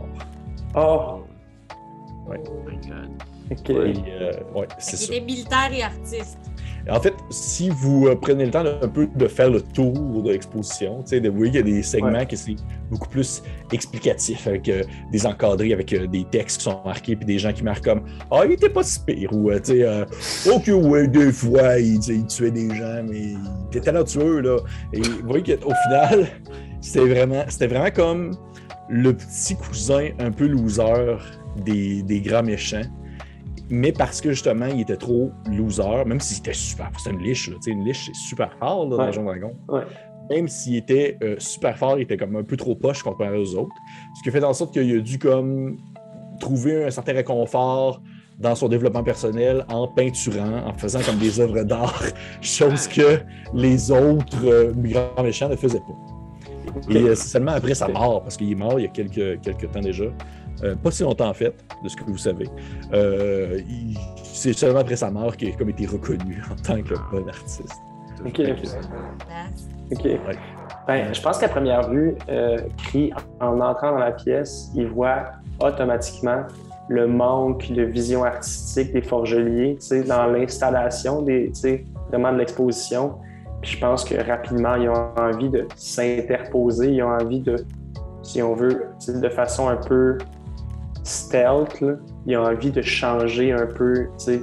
Oh! Ouais. Oh my God. Okay. Et, euh, ouais, c'est ça. Il est militaire et artiste. En fait, si vous euh, prenez le temps de, un peu de faire le tour de l'exposition, de vous voyez qu'il y a des segments ouais. qui sont beaucoup plus explicatifs, avec euh, des encadrés, avec euh, des textes qui sont marqués, puis des gens qui marquent comme « Ah, il était pas si pire » ou euh, euh, « Ok, ouais, deux fois, il, il tuait des gens, mais il était talentueux. » là. Et vous voyez qu'au final, c'était vraiment, c'était vraiment comme le petit cousin un peu loser des, des grands méchants. Mais parce que justement, il était trop loser, même s'il était super fort, c'est une liche, là, une liche, c'est super fort là, dans Donjon Dragon. Ouais. Même s'il était euh, super fort, il était comme un peu trop poche comparé aux autres. Ce qui a fait en sorte qu'il a dû comme trouver un certain réconfort dans son développement personnel en peinturant, en faisant comme des œuvres d'art, chose que les autres euh, grands méchants ne faisaient pas. Okay. Et euh, c'est seulement après sa mort, parce qu'il est mort il y a quelques, quelques temps déjà, Euh, pas si longtemps en fait, de ce que vous savez. Euh, il, c'est seulement après sa mort qu'il a comme été reconnu en tant que bon artiste. OK. OK. Ouais. Ben, je pense qu'à première vue, euh, Cree, en entrant dans la pièce, il voit automatiquement le manque de vision artistique des forgeliers, dans l'installation des, vraiment de l'exposition. Puis je pense que rapidement, ils ont envie de s'interposer, ils ont envie de, si on veut, de façon un peu stealth, là, ils ont envie de changer un peu, tu sais,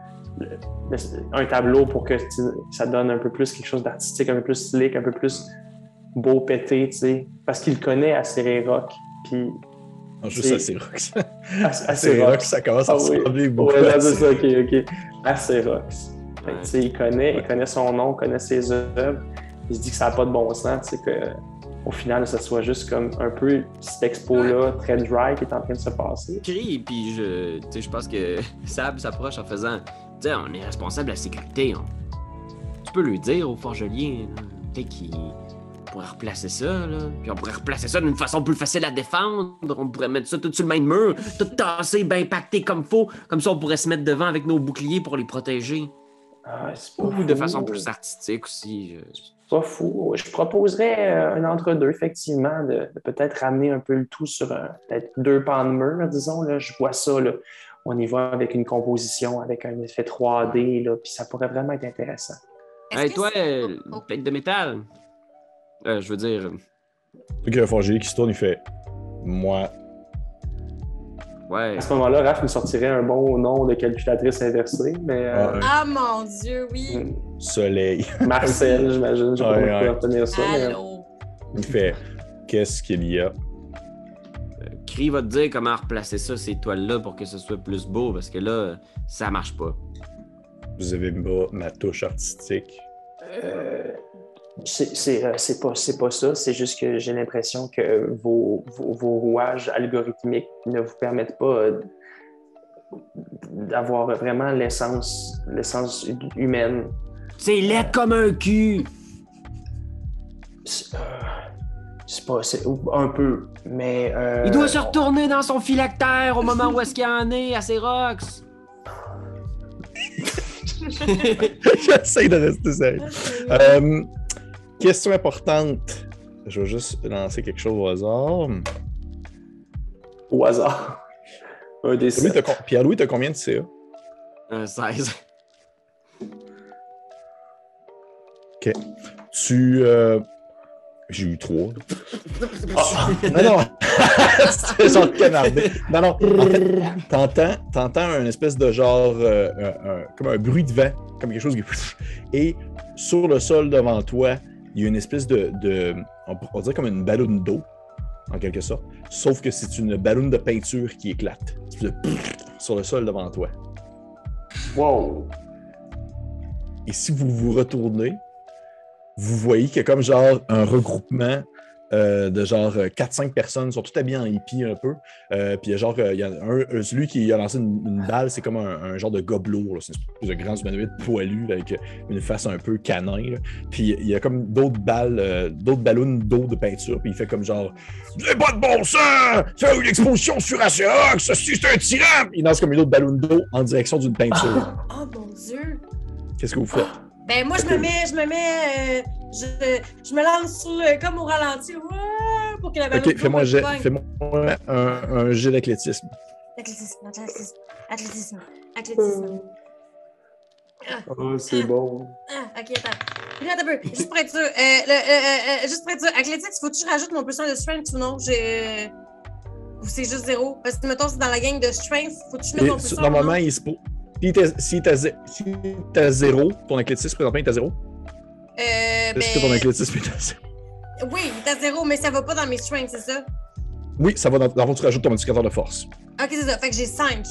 un tableau pour que ça donne un peu plus quelque chose d'artistique, un peu plus slick, un peu plus beau pété, tu sais, parce qu'il connaît Acérox, puis... Non, juste Acérox. Acérox, ça commence à ressembler beaucoup. Ouais, là, c'est ça, ok, ok. Acérox. Ouais. Tu sais, il connaît, ouais. il connaît son nom, il connaît ses œuvres, il se dit que ça n'a pas de bon sens, tu sais, que... Au final, ça soit juste comme un peu cette expo-là très dry qui est en train de se passer. Crie, puis je, tu sais, je pense que Sab s'approche en faisant, tu sais, on est responsable de la sécurité. On... Tu peux lui dire au forgelier, peut-être qu'il pourrait replacer ça, là. Puis on pourrait replacer ça d'une façon plus facile à défendre. On pourrait mettre ça tout sur le même mur, tout tassé, bien pacté comme faut. Comme ça, on pourrait se mettre devant avec nos boucliers pour les protéger. Ah, c'est pas Ou fou. de façon plus artistique aussi. Je... Pas fou. Je proposerais un entre-deux, effectivement, de, de peut-être ramener un peu le tout sur un, peut-être deux pans de mur, disons. Là. Je vois ça, là. On y va avec une composition, avec un effet trois D, là, puis ça pourrait vraiment être intéressant. Hey, toi, euh, tête de métal, euh, je veux dire... Il y a un forgerie qui se tourne, il fait « Moi... » Ouais. À ce moment-là, Raph nous sortirait un bon nom de calculatrice inversée, mais... Euh... Ah, ouais. Ah mon Dieu, oui! Hmm. Soleil. Marcel, j'imagine, je ne sais ouais, pas comment retenir ça. Allô? Mais... Il fait « Qu'est-ce qu'il y a? » euh, Cri va te dire comment replacer ça, ces toiles-là, pour que ce soit plus beau, parce que là, ça marche pas. Vous avez pas ma touche artistique. Euh, c'est, c'est, euh, c'est, pas, c'est pas ça, c'est juste que j'ai l'impression que vos, vos, vos rouages algorithmiques ne vous permettent pas euh, d'avoir vraiment l'essence, l'essence humaine. C'est laid comme un cul! C'est, euh, c'est pas... C'est un peu, mais... Euh, Il doit se retourner dans son phylactère au moment où est-ce qu'il en est, à ses rocks! J'essaie de rester sérieux. Euh, question importante. Je vais juste lancer quelque chose au hasard. Au hasard. Un des Pierre-Louis, sept. t'as, Pierre-Louis, t'as combien de C A? Un seize. OK. Tu... Euh... J'ai eu trois. Ah, non, non. C'était genre canardé. Non, non. En fait, t'entends, t'entends un espèce de genre... Euh, un, un, comme un bruit de vent. Comme quelque chose qui... Et sur le sol devant toi, il y a une espèce de... de on pourrait dire comme une ballonne d'eau, en quelque sorte. Sauf que c'est une ballonne de peinture qui éclate. De... sur le sol devant toi. Wow! Et si vous vous retournez, vous voyez qu'il y a comme genre un regroupement euh, de genre quatre cinq personnes, ils sont tous habillés en hippie un peu. Euh, puis il y a genre, il y a un, celui qui a lancé une, une balle, c'est comme un, un genre de gobelout, là. C'est une espèce de grand humanoïde poilu là, avec une face un peu canin. Là. Puis il y a comme d'autres balles, euh, d'autres ballons d'eau de peinture, puis il fait comme genre « Vous n'avez pas de bon sens! C'est une exposition sur Acérox! Ceci, c'est un tyran! » Il lance comme une autre ballon d'eau en direction d'une peinture. Oh mon Dieu! Qu'est-ce que vous faites? Ben moi, je me mets, je me mets, euh, je, je me lance sur le, comme au ralenti, ouais, pour que la ballon Ok, fais-moi, me jet, pogne. fais-moi un, un jet d'athlétisme. Athlétisme, athlétisme, athlétisme, athlétisme. Oh, c'est bon. Ah, ok, attends. Puis là, attends un peu, juste pour être sûr, euh, le, euh, euh, juste pour être sûr, athlétique, faut-tu que je rajoute mon plus un de strength ou non? J'ai... Ou c'est juste zéro? Parce que, mettons, c'est dans la gang de strength, faut-tu que je mette Et mon plus sur- un normalement, ou non? il se peut. Si t'as si t'as zé- si t'as zéro, ton athlétisme présentement est à zéro. Euh, Est-ce que ton ben... athlétisme est à zéro? Oui, il est à zéro, mais ça va pas dans mes strengths, c'est ça? Oui, ça va dans, dans le fond, tu rajoutes ton modificateur de force. Ok, c'est ça, fait que j'ai cinq.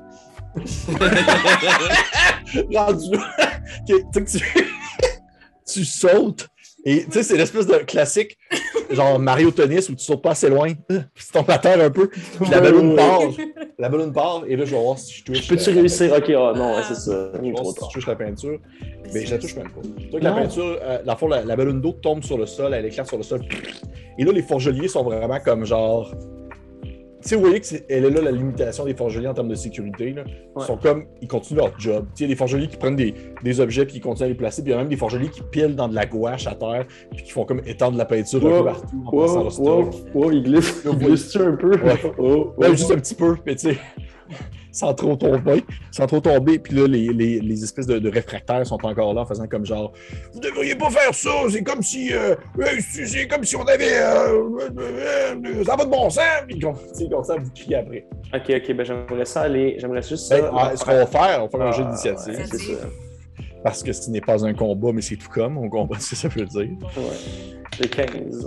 Rendu là, que- tu sais que tu, tu sautes et tu sais, c'est l'espèce de classique, genre Mario Tennis où tu sautes pas assez loin, euh, puis tu tombes à terre un peu, puis la ballonne part, la ballonne part, et là je vais voir si je touche. Peux-tu euh, réussir? Ok, ah non, ouais, c'est ça. Je Il est vais trop voir si tard. je touche la peinture. Mais je la touche même pas. Donc la Non. peinture, euh, dans le fond, la, la ballonne d'eau tombe sur le sol, elle éclate sur le sol. Et là, les forgeliers sont vraiment comme genre. Tu sais, vous voyez qu'elle est là la limitation des forgeliers en termes de sécurité. Là. Ils Ouais. sont comme. Ils continuent leur job. Tu sais, il y a des forgeliers qui prennent des, des objets puis ils continuent à les placer. Puis il y a même des forgeliers qui pilent dans de la gouache à terre puis qui font comme étendre la peinture un Wow, peu partout en passant wow, leur stock. wow, wow, il glisse. Il glisse-tu un peu? Ouais. Oh, oh. Ouais, juste un petit peu, mais tu sais, sans trop tomber, sans trop tomber, puis là, les, les, les espèces de, de réfractaires sont encore là en faisant comme genre « Vous devriez pas faire ça, c'est comme si, euh, euh, c'est c'est comme si on avait, euh, euh, euh, ça va de bon sens! » Puis ils commencent à vous crier après. Ok, ok, ben j'aimerais ça aller, j'aimerais juste ça. Ben, ah, ce qu'on va faire, on va faire un jeu Ah, d'initiative, ouais, c'est ça. parce que ce n'est pas un combat, mais c'est tout comme, on comprend ce que ça veut dire. Ouais. J'ai quinze.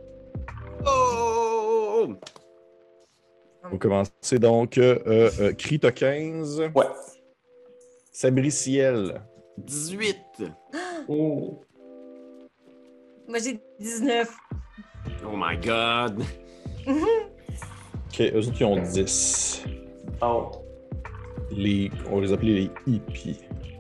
Oh! On commence donc, euh, euh, euh, Cri, t'as quinze. Ouais. Sabriciel. dix-huit. Oh. Moi, j'ai dix-neuf. Oh my god. Ok, eux autres, ils ont dix. Oh. Les, on va les appeler les hippies.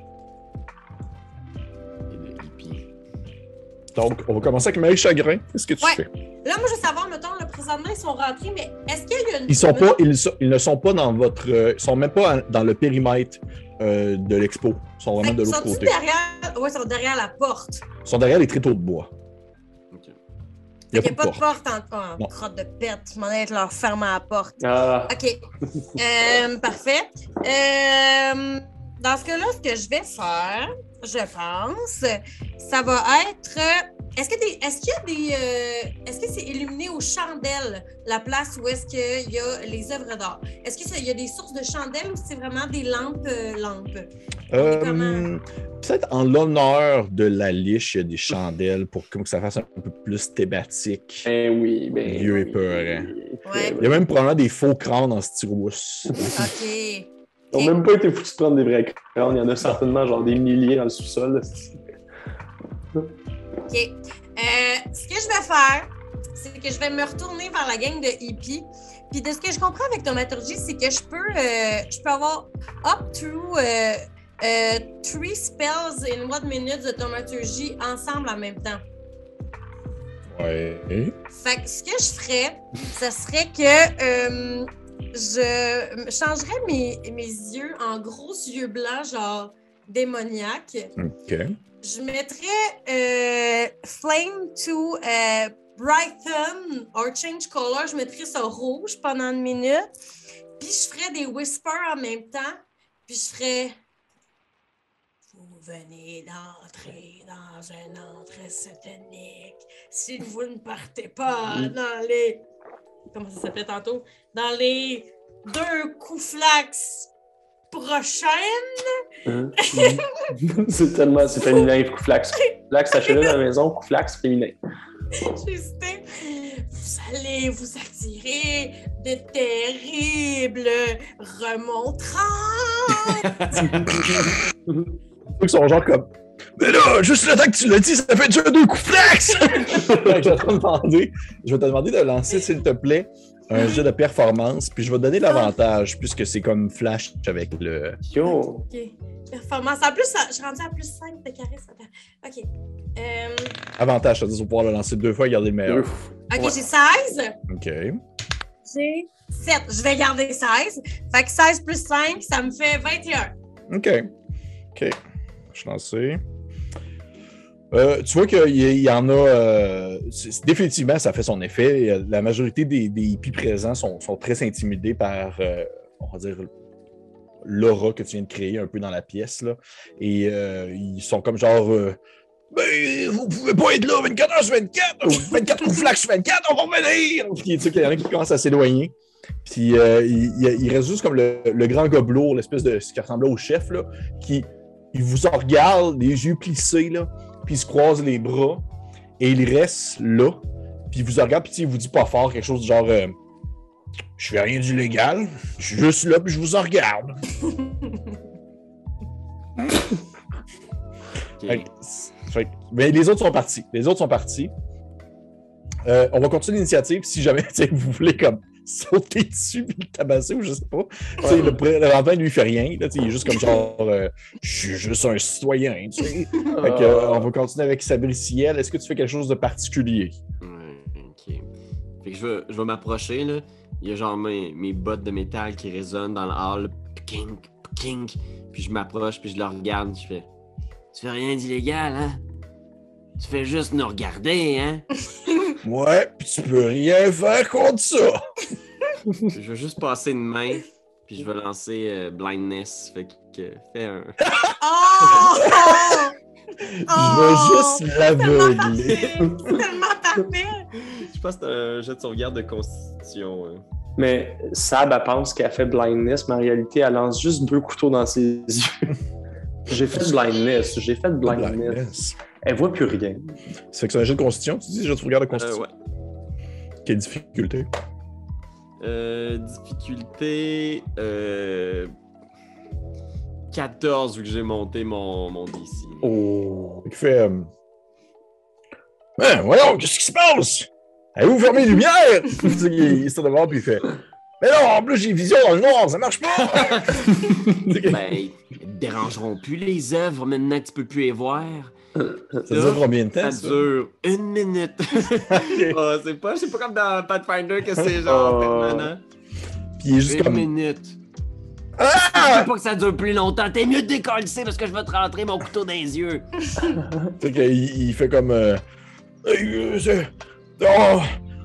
Et de hippie. Donc, on va commencer avec Marie Chagrin. Qu'est-ce que tu Ouais. fais? Là, moi, je veux savoir, mettons, le présentement, ils sont rentrés, mais est-ce qu'il y a une... Ils sont mettons- pas, ils, sont- ils ne sont pas dans votre, euh, ils sont même pas dans le périmètre euh, de l'expo. Ils sont vraiment de l'autre Sont-ils côté. derrière... Ouais, ils sont derrière la porte. Ils sont derrière les tréteaux de bois. Ok. Il Il n'y n'y a pas de porte en, en Non. crotte de pète. Je m'en allais leur fermer la porte. Ah. OK. Euh, parfait. Euh, dans ce cas-là, ce que je vais faire, je pense, ça va être est-ce que des, est-ce qu'il y a des, euh, est-ce que c'est illuminé aux chandelles, la place où est-ce qu'il y a les œuvres d'art? Est-ce qu'il y a des sources de chandelles ou c'est vraiment des lampes, euh, lampes? Euh, comment... Peut-être en l'honneur de la liche, il y a des chandelles pour que ça fasse un peu plus thématique. Ben oui, ben Vieux oui. et peurant. Ouais. Il y a même probablement des faux crânes en styromousse. OK. Ils n'ont même pas été foutus de prendre des vrais crânes. Il y en a certainement genre des milliers dans le sous-sol. OK. Euh, ce que je vais faire, c'est que je vais me retourner vers la gang de hippies. Puis de ce que je comprends avec Thaumaturgie, c'est que je peux, euh, je peux avoir up to euh, euh, three spells in one minute de Thaumaturgie ensemble en même temps. Ouais. Fait que ce que je ferais, ce serait que euh, je changerais mes, mes yeux en gros yeux blancs, genre démoniaques. OK. Je mettrais euh, Flame to euh, Brighten or Change Color. Je mettrais ça rouge pendant une minute. Puis je ferais des whispers en même temps. Puis je ferais Vous venez d'entrer dans un entrée satanique. Si vous ne partez pas dans les. Comment ça s'appelait tantôt? Dans les deux coups flax prochaines. Hein? C'est tellement c'est féminin, Kouflax. Kouflax, sachez-le dans la maison, Kouflax féminin. Justin, vous allez vous attirer de terribles remontrances. Ils sont genre comme mais là, juste le temps que tu l'as dit, ça fait déjà deux coups flex! Je vais te demander, je vais te demander de lancer, s'il te plaît, un jeu de performance, puis je vais te donner l'avantage, puisque c'est comme flash avec le. Yo! OK. Performance. En plus, ça- je suis rendue à plus cinq de charisme. Attends. OK. Euh, Avantage, c'est-à-dire qu'il faut pouvoir le lancer deux fois et garder le meilleur. Ouf. OK, Ouais. j'ai seize. OK. J'ai sept. Je vais garder seize. Fait que seize plus cinq, ça me fait vingt et un. OK. OK. Je suis lancé. Euh, tu vois qu'il y, y en a. Euh, c'est- définitivement, ça fait son effet. La majorité des, des hippies présents sont, sont très intimidés par, euh, on va dire, l'aura que tu viens de créer un peu dans la pièce. Là. Et euh, ils sont comme genre. Euh, ben, vous pouvez pas être là vingt-quatre heures sur vingt-quatre, ou vingt-quatre coups flash sur vingt-quatre, on va revenir! Puis tu sais qu'il y en a qui commencent à s'éloigner. Puis euh, il, il- il reste juste comme le, le grand gobelour, l'espèce de ce qui ressemblait au chef, là, qui il vous en regarde, les yeux plissés, là, puis il se croise les bras, et il reste là, puis il vous en regarde, puis il vous dit pas fort, quelque chose du genre euh, je fais rien d'illégal, je suis juste là, puis je vous en regarde. Fait que- fait que- mais les autres sont partis. Les autres sont partis. Euh, on va continuer l'initiative si jamais tu sais, vous voulez comme sauter dessus et le tabasser ou je sais pas. Tu sais, le pré- le rampant, lui, il fait rien. Là, tu sais, il est juste comme genre euh, je suis juste un citoyen. Tu sais. Fait que, euh, on va continuer avec Sabriciel. Est-ce que tu fais quelque chose de particulier? Ouais, ok. Fait que je vais, je vais m'approcher, là. Il y a genre mes, mes bottes de métal qui résonnent dans le hall. Pking, pking. Puis je m'approche, puis je le regarde. Je fais Tu fais rien d'illégal, hein? Tu fais juste nous regarder, hein? Ouais, puis tu peux rien faire contre ça. Je vais juste passer une main, puis je vais lancer euh, Blindness. Fait que euh, fais un. Oh! Je vais juste l'aveugler. C'est tellement parfait! Je pense que c'est un jet de sauvegarde de constitution. hein. Mais Sab, elle pense qu'elle fait blindness, mais en réalité, elle lance juste deux couteaux dans ses yeux. J'ai fait blindness, j'ai fait blindness. Blindness. Elle voit plus rien. Ça fait que c'est un jeu de constitution, tu dis, jeu de sauvegarde de Euh, constitution. ouais. Quelle difficulté? Euh, difficulté. Euh, quatorze, vu que j'ai monté mon, mon D C. Oh. Fait qu'il fait. Euh... Ben, voyons, qu'est-ce qui se passe? Avez-vous fermé les lumières? Tu sais, il, il se tourne de voir puis il fait. Mais non, en plus, j'ai vision dans le noir, ça marche pas! Ben, ils te dérangeront plus les œuvres maintenant que tu peux plus les voir. Ça dure combien de temps? Ça dure une minute. Oh, c'est pas, c'est pas comme dans Pathfinder que c'est genre Oh. permanent. Puis il est juste Une comme. minute. Ah! Je veux pas que ça dure plus longtemps. T'es mieux de décoller parce que je vais te rentrer mon couteau dans les yeux. Fait qu'il il fait comme. Euh... Hey, euh, c'est- oh,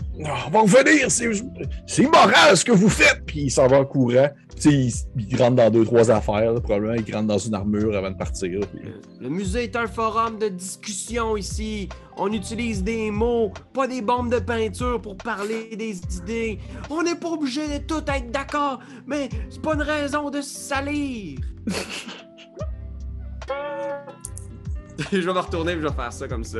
on va revenir, c'est, c'est immoral ce que vous faites. Puis il s'en va en courant. Puis il, il rentre dans deux, trois affaires. Là, probablement, il rentre dans une armure avant de partir. Puis... Le musée est un forum de discussion ici. On utilise des mots, pas des bombes de peinture pour parler des idées. On n'est pas obligé de tout être d'accord, mais c'est pas une raison de se salir. Je vais me retourner et je vais faire ça comme ça.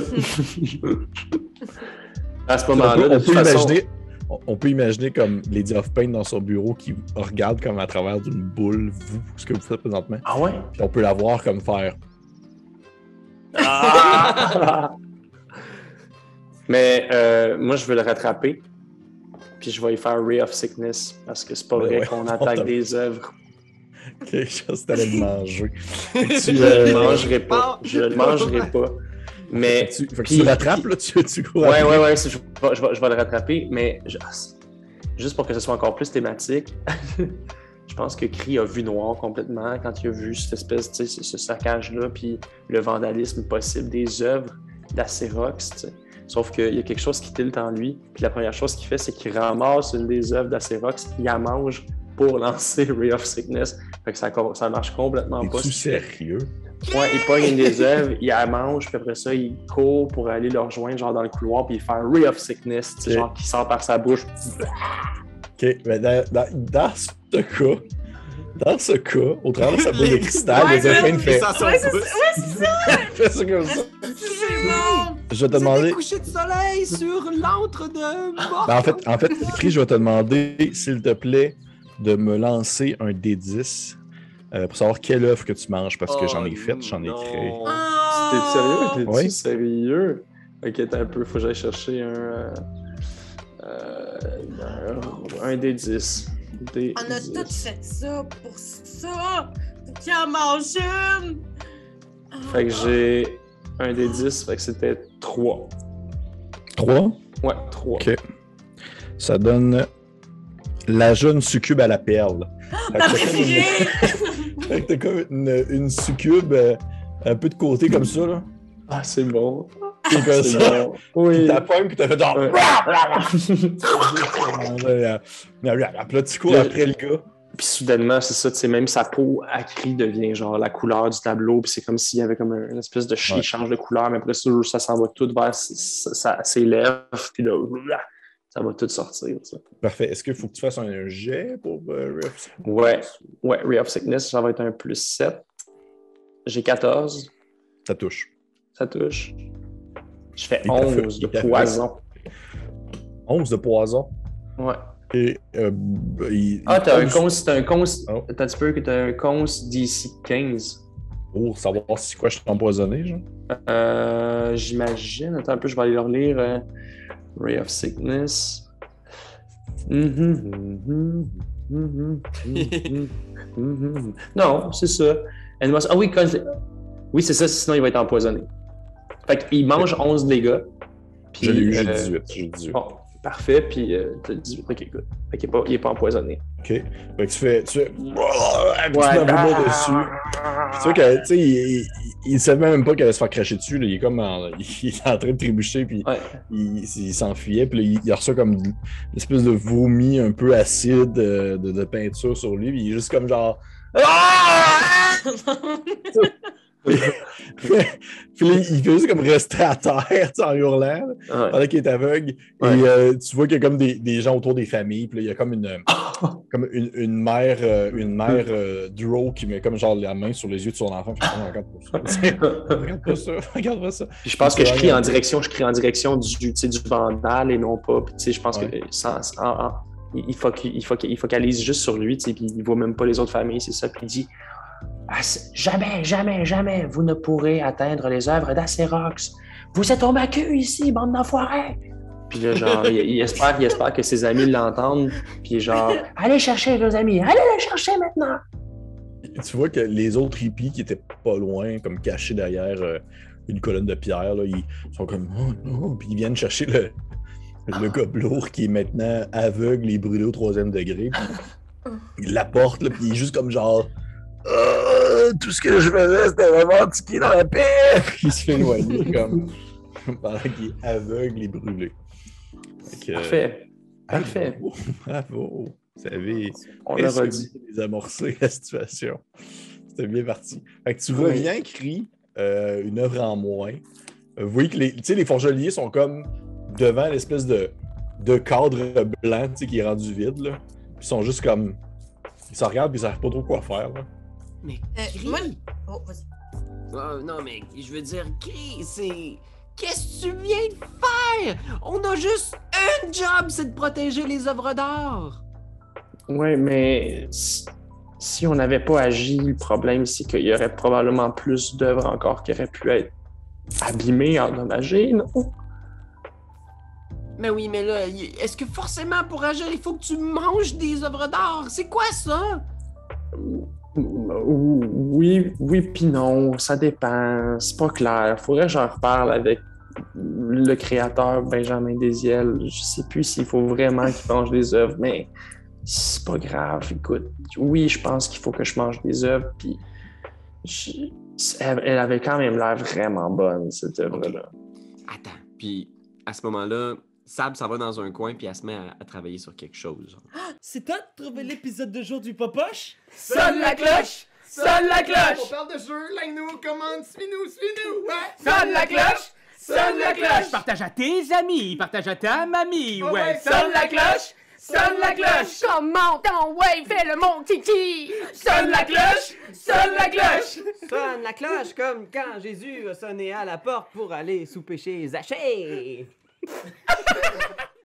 À ce moment-là, on, de peut toute façon... imaginer, on, on peut imaginer comme Lady of Pain dans son bureau qui regarde comme à travers d'une boule, vous, ce que vous faites présentement. Ah ouais? Puis on peut la voir comme faire. Ah! Mais euh, moi, je veux le rattraper. Puis je vais y faire Ray of Sickness. Parce que c'est pas Ouais, vrai ouais. qu'on attaque des œuvres. Quelque chose t'allais le manger. Je tu, ne euh, le mangerai pas. Je le mangerai pas. Mais. tu, fait que puis- tu rattrapes, là, tu, tu cours Ouais, après. ouais, ouais, c'est- je, vais- je vais, je vais le rattraper, mais je- juste pour que ce soit encore plus thématique, je pense que Cree a vu noir complètement quand il a vu cette espèce, tu sais, ce, ce saccage-là, puis le vandalisme possible des œuvres d'Acerox, tu sais. Sauf qu'il y a quelque chose qui tilte en lui, puis la première chose qu'il fait, c'est qu'il ramasse une des œuvres d'Acerox, il la mange pour lancer Ray of Sickness. Fait que ça, ça marche complètement pas. Es-tu sérieux? Ouais, il pogne une des œuvres, il la mange, puis après ça, il court pour aller le rejoindre, genre dans le couloir, puis il fait un Ray of Sickness, tu sais, Ok. genre qui sort par sa bouche. Ok, mais dans, dans, dans ce cas, dans ce cas, au travers de sa boule de cristal, Ouais, Lady of Pain Il fait, sent son Ouais, c'est pouce. ça. Ouais, c'est ça. fait ça comme ça. C'est bon. Je vais te C'est demander. des couchers de soleil sur l'antre de mort. Ben, en fait, en fait, Cree, je vais te demander, s'il te plaît, de me lancer un D dix euh, pour savoir quelle œuvre que tu manges, parce que j'en ai fait, j'en ai créé. Oh. T'es sérieux? T'es-tu Ouais. sérieux? Ok, t'as un peu, faut que j'aille chercher un. Euh, euh, un, un D dix. D On a dix. tous fait ça pour ça. Pour qu'il en mange une. Oh. Fait que j'ai un D dix, fait que c'était trois. Trois? Ouais, trois. Ok. Ça donne la jeune succube à la perle. Fait que Ma t'as comme une- préférée. fait que t'as comme une, une succube euh, un peu de côté comme ça, là. Ah, c'est bon. Puis comme C'est ça. bon. Puis Oui. t'as pomme, puis t'as fait genre. Ouais. Puis là, tu cours Le- après le gars. Puis soudainement, c'est ça, tu sais, même sa peau à cri devient genre la couleur du tableau, puis c'est comme s'il y avait comme un- une espèce de chi Ouais. change de couleur, mais après ça, ça s'en va tout vers ses, sa- ses lèvres, puis là, ça va tout sortir. Ça. Parfait. Est-ce qu'il faut que tu fasses un jet pour euh, Rift? Ouais, ouais, Ray of Sickness, ça va être un plus sept. J'ai quatorze, Ça touche. ça touche. Je fais Il t'a fait- onze de il t'a fait- poison. onze de poison. Ouais. Et. Euh, il, Ah, il t'as un pose- cons, t'as un cons, Oh. t'as un petit peu que t'as un cons D C quinze. Pour savoir si quoi je suis empoisonné, genre. Euh, j'imagine. Attends un peu, je vais aller le relire. euh, Ray of Sickness. Mhm, mhm, mhm, mhm, mhm. Non, c'est ça. Animos- Ah oui, quand- oui, c'est ça, sinon il va être empoisonné. Fait qu'il mange onze dégâts. Puis, Je l'ai eu, j'ai euh, dix-huit. J'ai dix-huit. Bon, parfait, puis euh, t'as dix-huit. Ok, good. Fait qu'il n'est pas, il est pas empoisonné. Ok. Fait que tu fais. Tu fais. Puis tu Ouais. mets un peu dessus. Puis tu vois que, tu sais, il, il, il savait même pas qu'elle allait se faire cracher dessus. Là. Il est comme en, il est en train de trébucher, puis Ouais. il, il s'enfuyait. Puis là, il, il reçoit comme une espèce de vomi un peu acide euh, de, de peinture sur lui. Puis il est juste comme genre. Puis là, il fait juste comme rester à terre, tu sais, en hurlant, là, Ouais. pendant qu'il est aveugle. Ouais. Et euh, tu vois qu'il y a comme des, des gens autour des familles. Puis là, il y a comme une, comme une, une mère, euh, une mère euh, Drow qui met comme genre la main sur les yeux de son enfant. Puis, oh, regarde pas ça. regarde pas ça. Regarde pas ça. Puis je pense que je crie en Ouais. direction, je crie en direction du, tu sais, du vandale et non pas. Puis tu sais, je pense Ouais. que sans, sans- en- en- il faut qu'il il faut qu'il- il focalise juste sur lui, tu sais, puis il voit même pas les autres familles, c'est ça. Puis il dit ah, c'est- jamais, jamais, jamais, vous ne pourrez atteindre les œuvres d'Acerox. Vous êtes au macu ici, bande d'enfoirés. Puis là, genre, il, il espère, il espère que ses amis l'entendent. Puis genre, allez chercher vos amis, allez les chercher maintenant. Tu vois que les autres hippies qui étaient pas loin, comme cachés derrière euh, une colonne de pierre, là, ils sont comme oh non, puis ils viennent chercher le, le gobelour qui est maintenant aveugle et brûlé au troisième degré. Puis il l'apporte, là, puis il est juste comme genre Ah, tout ce que je faisais, c'était vraiment tiquer dans la paix. Puis il se fait éloigner comme pendant qu'il est aveugle et brûlé. Fait que, Parfait. hey, Parfait. bravo. Bravo. Vous avez On l'a presque redit. désamorcé la situation. C'était bien parti. Fait que tu Oui. reviens, Cri, euh, une œuvre en moins. Euh, vous voyez que les, tu sais, les forgeliers sont comme devant l'espèce de, de cadre blanc tu sais, qui est rendu vide. Là. Puis ils sont juste comme. Ils se regardent et ils savent pas trop quoi faire. Là. Mais Euh, Cri... moi- Oh, vas-y. Oh, non, mais je veux dire, Cri, c'est... Qu'est-ce que tu viens de faire? On a juste un job, c'est de protéger les œuvres d'art. Oui, mais si, si on n'avait pas agi, le problème, c'est qu'il y aurait probablement plus d'œuvres encore qui auraient pu être abîmées, endommagées, non? Mais oui, mais là, y- est-ce que forcément pour agir, il faut que tu manges des œuvres d'art? C'est quoi ça? Oui, oui, puis non, ça dépend, c'est pas clair. Faudrait que j'en reparle avec le créateur Benjamin Desiel. Je sais plus s'il faut vraiment qu'il mange des œuvres, mais c'est pas grave. Écoute, oui, je pense qu'il faut que je mange des œuvres, puis je- elle, elle avait quand même l'air vraiment bonne, cette œuvre-là. Attends, puis à ce moment-là, Sab s'en va dans un coin puis elle se met à, à travailler sur quelque chose. genre. C'est toi de trouver l'épisode de jour du Popoche? Sonne la cloche! Sonne la On cloche! parle de jeu, like-nous, commande, suis-nous, suis-nous, ouais! Sonne la cloche! Sonne la cloche! Partage à tes amis, partage à ta mamie, Ouais, ouais! sonne la cloche! Sonne la cloche! Comment ton ouais, fais le mon kiki! Sonne la cloche! Sonne la cloche! Sonne la cloche comme quand Jésus a sonné à la porte pour aller souper chez Zachée.